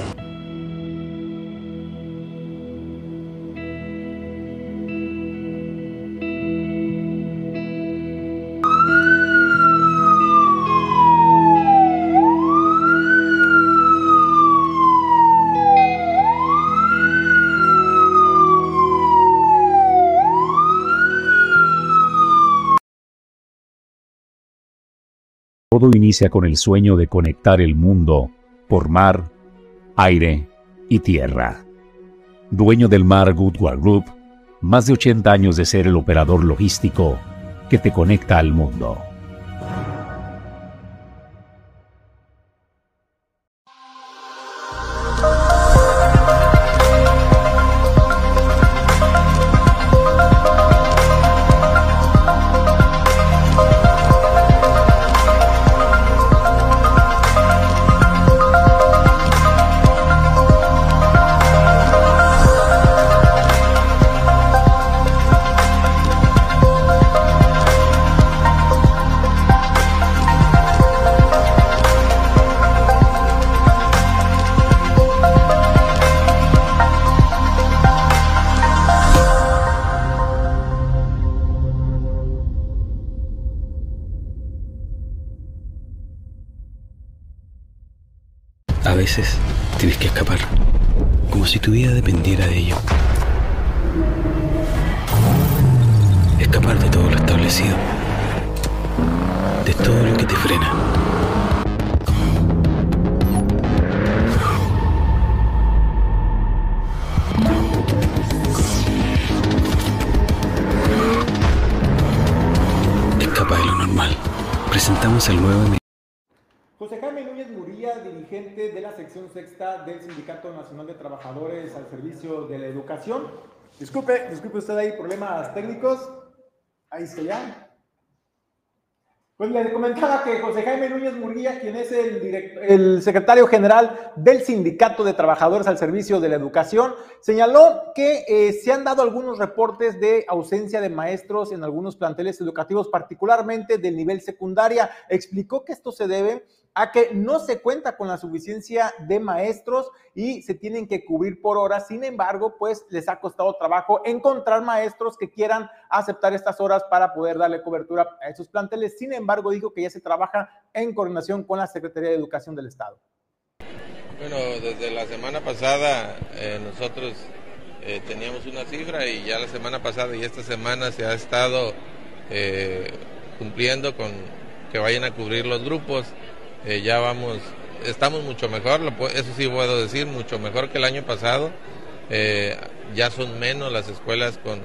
Todo inicia con el sueño de conectar el mundo por mar, aire y tierra. Dueño del Mar Goodward Group, más de ochenta años de ser el operador logístico que te conecta al mundo. A veces tienes que escapar, como si tu vida dependiera de ello. Escapar de todo lo establecido, de todo lo que te frena. Escapa de lo normal. Presentamos el nuevo... José Jaime Núñez Murilla, dirigente de la sección sexta del Sindicato Nacional de Trabajadores al Servicio de la Educación. Disculpe, disculpe usted ahí, problemas técnicos. Ahí está ya. Pues le comentaba que José Jaime Núñez Murilla, quien es el, director, el secretario general del Sindicato de Trabajadores al Servicio de la Educación, señaló que eh, se han dado algunos reportes de ausencia de maestros en algunos planteles educativos, particularmente del nivel secundaria. Explicó que esto se debe a que no se cuenta con la suficiencia de maestros y se tienen que cubrir por horas. Sin embargo, pues les ha costado trabajo encontrar maestros que quieran aceptar estas horas para poder darle cobertura a esos planteles. Sin embargo, dijo que ya se trabaja en coordinación con la Secretaría de Educación del Estado. Bueno, desde la semana pasada eh, nosotros eh, teníamos una cifra y ya la semana pasada y esta semana se ha estado eh, cumpliendo con que vayan a cubrir los grupos. Eh, ya vamos, estamos mucho mejor, eso sí puedo decir, mucho mejor que el año pasado. Eh, ya son menos las escuelas con,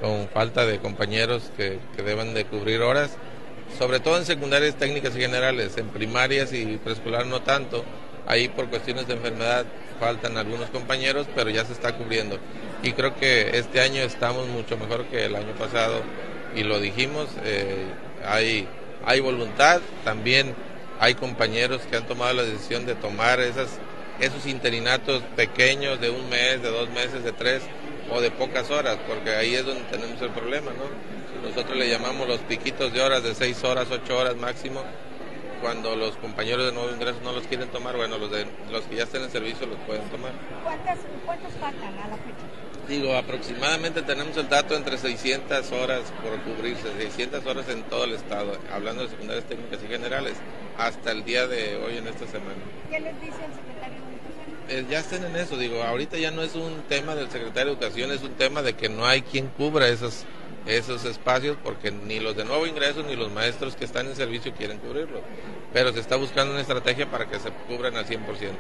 con falta de compañeros que, que deben de cubrir horas, sobre todo en secundarias técnicas y generales, en primarias y preescolar no tanto, ahí por cuestiones de enfermedad faltan algunos compañeros, pero ya se está cubriendo. Y creo que este año estamos mucho mejor que el año pasado, y lo dijimos, eh, hay, hay voluntad, también hay compañeros que han tomado la decisión de tomar esas, esos interinatos pequeños de un mes, de dos meses, de tres o de pocas horas, porque ahí es donde tenemos el problema, ¿no? Nosotros le llamamos los piquitos de horas de seis horas, ocho horas máximo. Cuando los compañeros de nuevo ingreso no los quieren tomar, bueno, los, de, los que ya están en servicio los pueden tomar. ¿Cuántas, ¿Cuántos faltan a la fecha? Digo, aproximadamente tenemos el dato entre seiscientas horas por cubrirse, seiscientas horas en todo el estado, hablando de secundarias técnicas y generales, hasta el día de hoy en esta semana. ¿Qué les dice el secretario de Educación? Eh, ya están en eso, digo, ahorita ya no es un tema del secretario de Educación, es un tema de que no hay quien cubra esos, esos espacios, porque ni los de nuevo ingreso ni los maestros que están en servicio quieren cubrirlo, pero se está buscando una estrategia para que se cubran al cien por ciento.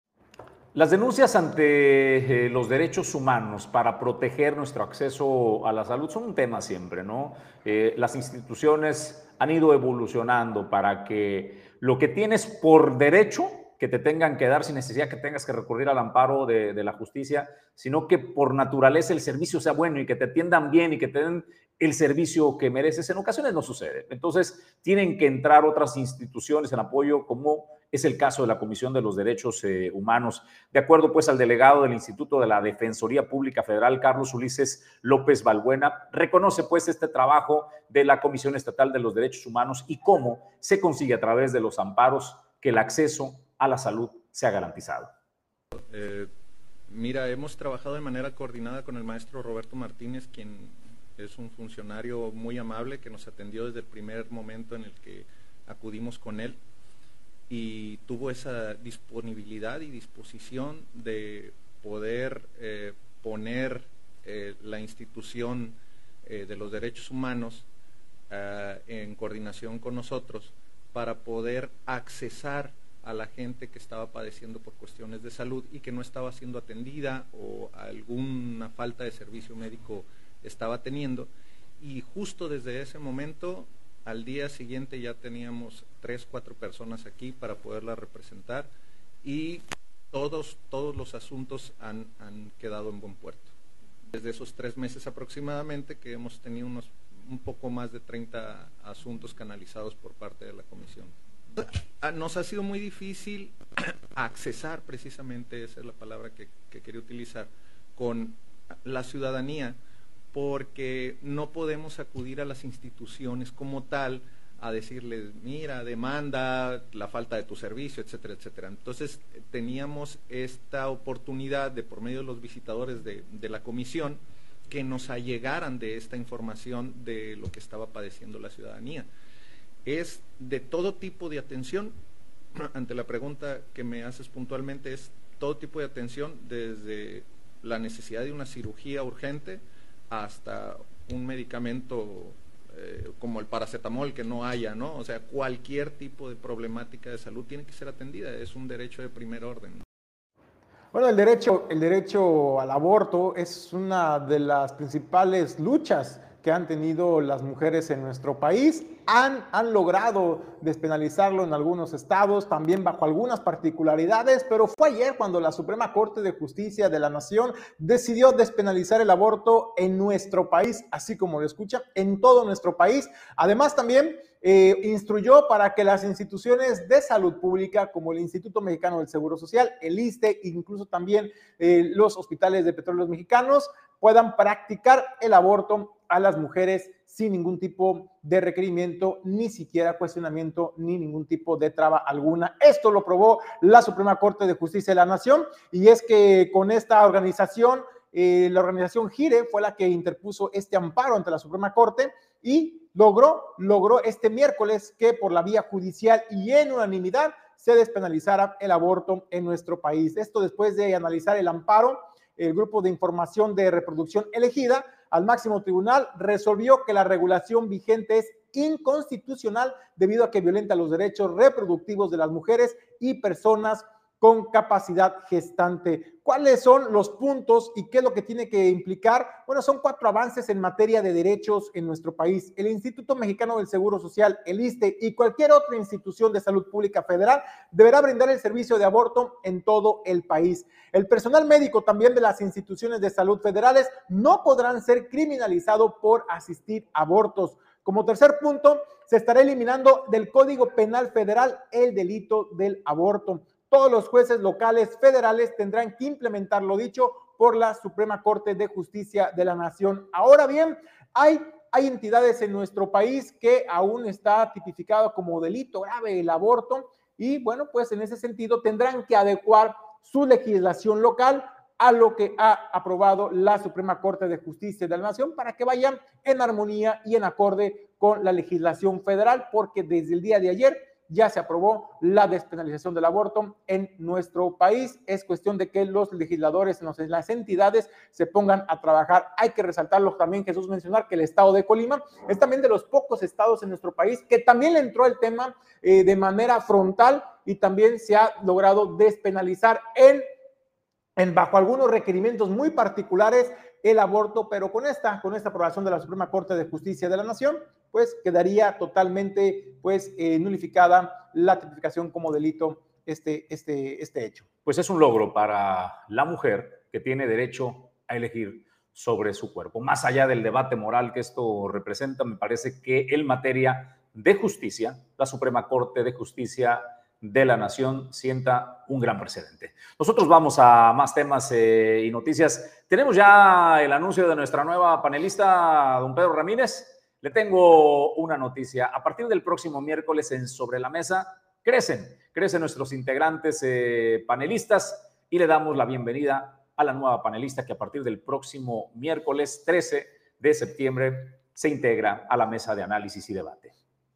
Las denuncias ante eh, los derechos humanos para proteger nuestro acceso a la salud son un tema siempre, ¿no? Eh, las instituciones han ido evolucionando para que lo que tienes por derecho, que te tengan que dar sin necesidad que tengas que recurrir al amparo de, de la justicia, sino que por naturaleza el servicio sea bueno y que te atiendan bien y que te den el servicio que mereces. En ocasiones no sucede. Entonces tienen que entrar otras instituciones en apoyo, como es el caso de la Comisión de los Derechos eh, Humanos. De acuerdo pues al delegado del Instituto de la Defensoría Pública Federal, Carlos Ulises López Balbuena, reconoce pues este trabajo de la Comisión Estatal de los Derechos Humanos y cómo se consigue a través de los amparos que el acceso a la salud sea garantizado. Eh, mira, hemos trabajado de manera coordinada con el maestro Roberto Martínez, quien es un funcionario muy amable que nos atendió desde el primer momento en el que acudimos con él, y tuvo esa disponibilidad y disposición de poder eh, poner eh, la institución eh, de los derechos humanos eh, en coordinación con nosotros para poder accesar a la gente que estaba padeciendo por cuestiones de salud y que no estaba siendo atendida o alguna falta de servicio médico estaba teniendo. Y justo desde ese momento, al día siguiente ya teníamos tres, cuatro personas aquí para poderla representar, y todos, todos los asuntos han, han quedado en buen puerto. Desde esos tres meses aproximadamente que hemos tenido unos un poco más de treinta asuntos canalizados por parte de la comisión. Nos ha sido muy difícil accesar, precisamente esa es la palabra que, que quería utilizar, con la ciudadanía, porque no podemos acudir a las instituciones como tal a decirles, mira, demanda la falta de tu servicio, etcétera, etcétera. Entonces teníamos esta oportunidad de, por medio de los visitadores de, de la comisión, que nos allegaran de esta información de lo que estaba padeciendo la ciudadanía. Es de todo tipo de atención. Ante la pregunta que me haces puntualmente, es todo tipo de atención, desde la necesidad de una cirugía urgente hasta un medicamento eh, como el paracetamol que no haya, ¿no? O sea, cualquier tipo de problemática de salud tiene que ser atendida, es un derecho de primer orden. Bueno, el derecho, el derecho al aborto es una de las principales luchas que han tenido las mujeres en nuestro país. Han, han logrado despenalizarlo en algunos estados, también bajo algunas particularidades, pero fue ayer cuando la Suprema Corte de Justicia de la Nación decidió despenalizar el aborto en nuestro país, así como lo escuchan, en todo nuestro país. Además, también eh, instruyó para que las instituciones de salud pública, como el Instituto Mexicano del Seguro Social, el I S S S T E, incluso también eh, los hospitales de petróleos mexicanos, puedan practicar el aborto a las mujeres sin ningún tipo de requerimiento, ni siquiera cuestionamiento, ni ningún tipo de traba alguna. Esto lo aprobó la Suprema Corte de Justicia de la Nación, y es que con esta organización, eh, la organización GIRE fue la que interpuso este amparo ante la Suprema Corte y logró, logró este miércoles que por la vía judicial y en unanimidad se despenalizara el aborto en nuestro país. Esto después de analizar el amparo, el Grupo de Información de Reproducción Elegida al máximo tribunal resolvió que la regulación vigente es inconstitucional debido a que violenta los derechos reproductivos de las mujeres y personas con capacidad gestante. ¿Cuáles son los puntos y qué es lo que tiene que implicar? Bueno, son cuatro avances en materia de derechos en nuestro país. El Instituto Mexicano del Seguro Social, el I S S S T E, y cualquier otra institución de salud pública federal deberá brindar el servicio de aborto en todo el país. El personal médico también de las instituciones de salud federales no podrán ser criminalizados por asistir a abortos. Como tercer punto, se estará eliminando del Código Penal Federal el delito del aborto. Todos los jueces locales federales tendrán que implementar lo dicho por la Suprema Corte de Justicia de la Nación. Ahora bien, hay, hay entidades en nuestro país que aún está tipificado como delito grave el aborto y bueno, pues en ese sentido tendrán que adecuar su legislación local a lo que ha aprobado la Suprema Corte de Justicia de la Nación para que vayan en armonía y en acorde con la legislación federal, porque desde el día de ayer ya se aprobó la despenalización del aborto en nuestro país. Es cuestión de que los legisladores, las entidades se pongan a trabajar. Hay que resaltarlo también, Jesús, mencionar que el estado de Colima es también de los pocos estados en nuestro país que también le entró el tema eh, de manera frontal y también se ha logrado despenalizar en, en bajo algunos requerimientos muy particulares el aborto, pero con esta, con esta aprobación de la Suprema Corte de Justicia de la Nación, pues quedaría totalmente pues eh, nulificada la tipificación como delito este, este, este hecho. Pues es un logro para la mujer que tiene derecho a elegir sobre su cuerpo. Más allá del debate moral que esto representa, me parece que en materia de justicia, la Suprema Corte de Justicia de la Nación sienta un gran precedente. Nosotros vamos a más temas eh, y noticias. Tenemos ya el anuncio de nuestra nueva panelista, don Pedro Ramírez. Le tengo una noticia. A partir del próximo miércoles en Sobre la Mesa, crecen, crecen nuestros integrantes eh, panelistas y le damos la bienvenida a la nueva panelista que a partir del próximo miércoles trece de septiembre se integra a la mesa de análisis y debate.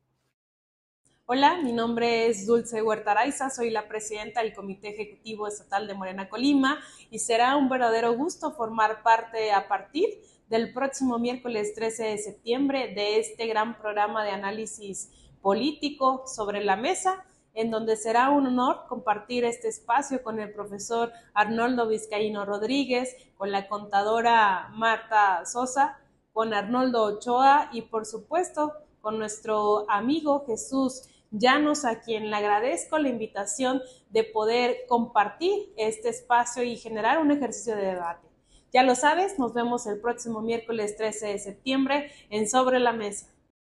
Hola, mi nombre es Dulce Huerta Araiza, soy la presidenta del Comité Ejecutivo Estatal de Morena Colima y será un verdadero gusto formar parte a partir del próximo miércoles trece de septiembre de este gran programa de análisis político Sobre la Mesa, en donde será un honor compartir este espacio con el profesor Arnoldo Vizcaíno Rodríguez, con la contadora Marta Sosa, con Arnoldo Ochoa y por supuesto con nuestro amigo Jesús Llanos, a quien le agradezco la invitación de poder compartir este espacio y generar un ejercicio de debate. Ya lo sabes, nos vemos el próximo miércoles trece de septiembre en Sobre la Mesa.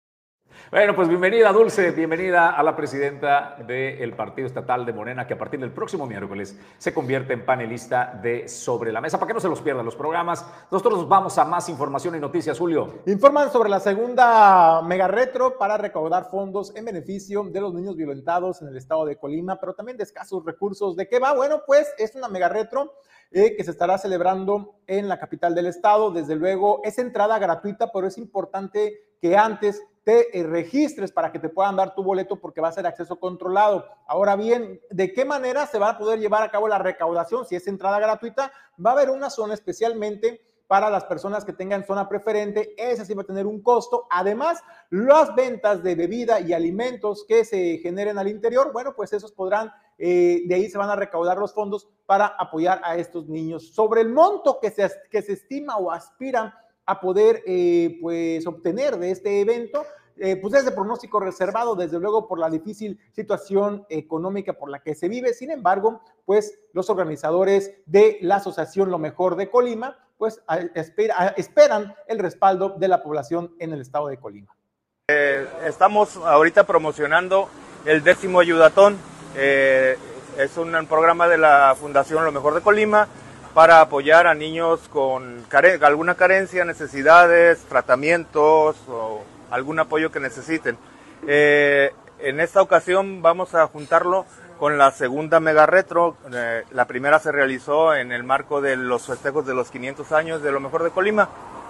Bueno, pues bienvenida, Dulce, bienvenida a la presidenta del Partido Estatal de Morena, que a partir del próximo miércoles se convierte en panelista de Sobre la Mesa. Para que no se los pierdan los programas, nosotros vamos a más información y noticias, Julio. Informan sobre la segunda mega retro para recaudar fondos en beneficio de los niños violentados en el estado de Colima, pero también de escasos recursos. ¿De qué va? Bueno, pues es una mega retro Eh, que se estará celebrando en la capital del estado. Desde luego es entrada gratuita, pero es importante que antes te eh, registres para que te puedan dar tu boleto porque va a ser acceso controlado. Ahora bien, ¿de qué manera se va a poder llevar a cabo la recaudación? Si es entrada gratuita, va a haber una zona especialmente para las personas que tengan zona preferente, esa sí va a tener un costo. Además, las ventas de bebida y alimentos que se generen al interior, bueno, pues esos podrán, eh, de ahí se van a recaudar los fondos para apoyar a estos niños. Sobre el monto que se, que se estima o aspiran a poder eh, pues obtener de este evento, Eh, pues es de pronóstico reservado, desde luego por la difícil situación económica por la que se vive. Sin embargo, pues los organizadores de la Asociación Lo Mejor de Colima, pues a, espera, a, esperan el respaldo de la población en el estado de Colima. Eh, estamos ahorita promocionando el décimo ayudatón. Eh, es un, un programa de la Fundación Lo Mejor de Colima para apoyar a niños con care- alguna carencia, necesidades, tratamientos o algún apoyo que necesiten. Eh, en esta ocasión vamos a juntarlo con la segunda mega retro. Eh, la primera se realizó en el marco de los festejos de los quinientos años de Lo Mejor de Colima.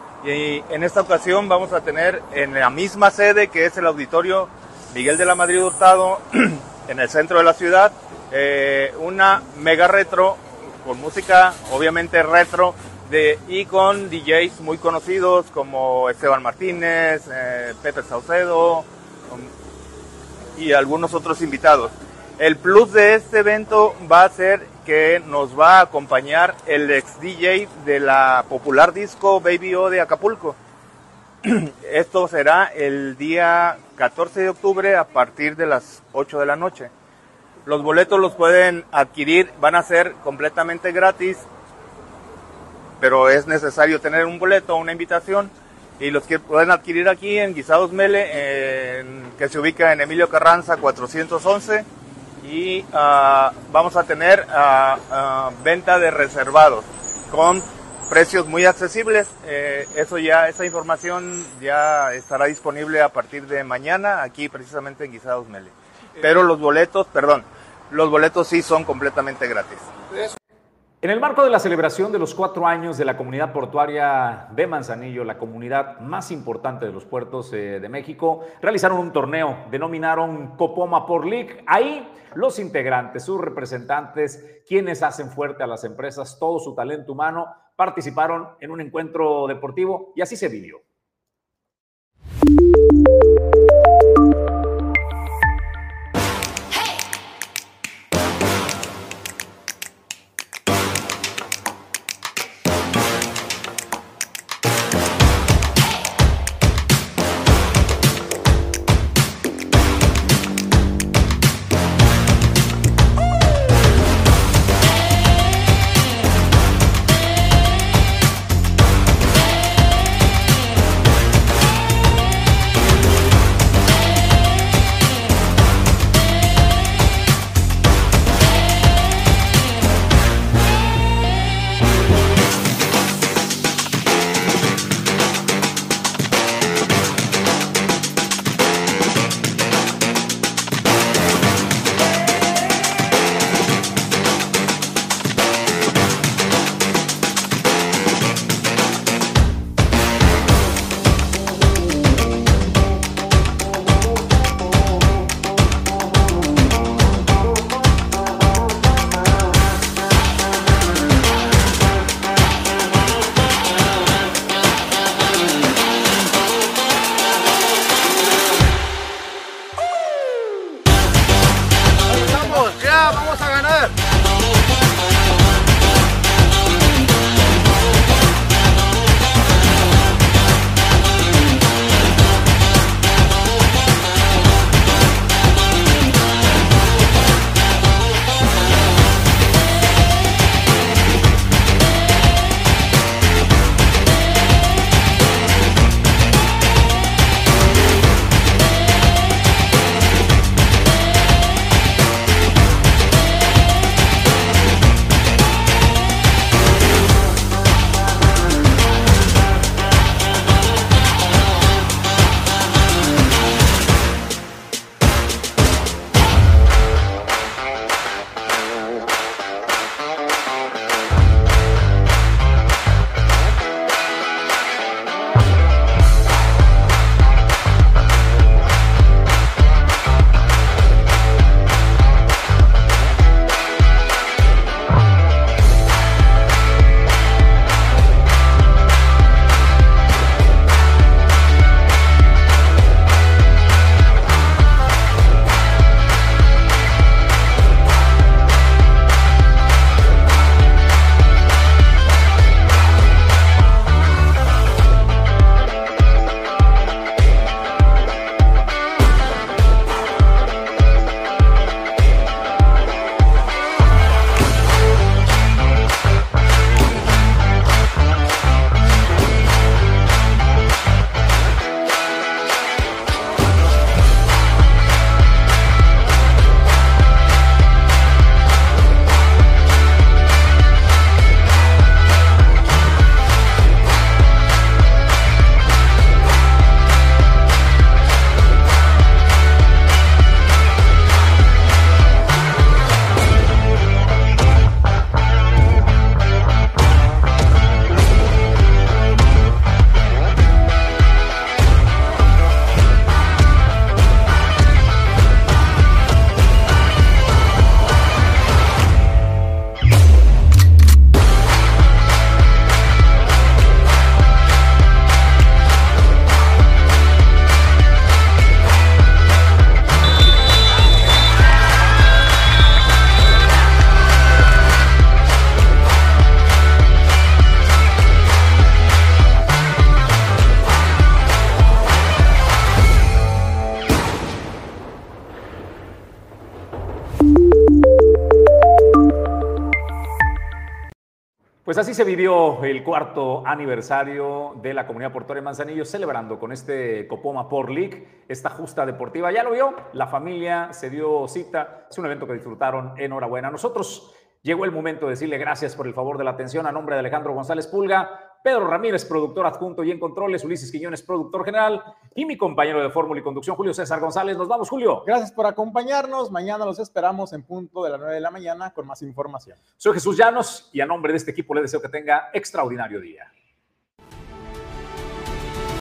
Y en esta ocasión vamos a tener en la misma sede, que es el Auditorio Miguel de la Madrid Hurtado, en el centro de la ciudad, eh, una mega retro con música obviamente retro, De, y con D Js muy conocidos como Esteban Martínez, eh, Pepe Saucedo um, y algunos otros invitados. El plus de este evento va a ser que nos va a acompañar el ex D J de la popular disco Baby O de Acapulco. Esto será el día catorce de octubre a partir de las ocho de la noche. Los boletos los pueden adquirir, van a ser completamente gratis, pero es necesario tener un boleto o una invitación, y los que pueden adquirir aquí en Guisados Mele, en, que se ubica en Emilio Carranza cuatrocientos once, y uh, vamos a tener uh, uh, venta de reservados con precios muy accesibles. Eh, eso ya, esa información ya estará disponible a partir de mañana aquí precisamente en Guisados Mele. Pero los boletos, perdón, los boletos sí son completamente gratis. En el marco de la celebración de los cuatro años de la comunidad portuaria de Manzanillo, la comunidad más importante de los puertos eh, de México, realizaron un torneo, denominaron Copoma Port League. Ahí los integrantes, sus representantes, quienes hacen fuerte a las empresas, todo su talento humano, participaron en un encuentro deportivo y así se vivió. Pues así se vivió el cuarto aniversario de la Comunidad Portuaria de Manzanillo, celebrando con este Copoma Port League, esta justa deportiva. Ya lo vio, la familia se dio cita, es un evento que disfrutaron, enhorabuena. Nosotros llegó el momento de decirle gracias por el favor de la atención a nombre de Alejandro González Pulga, Pedro Ramírez, productor adjunto y en controles, Ulises Quiñones, productor general, y mi compañero de fórmula y conducción, Julio César González. Nos vamos, Julio. Gracias por acompañarnos. Mañana los esperamos en punto de las nueve de la mañana con más información. Soy Jesús Llanos y a nombre de este equipo le deseo que tenga extraordinario día.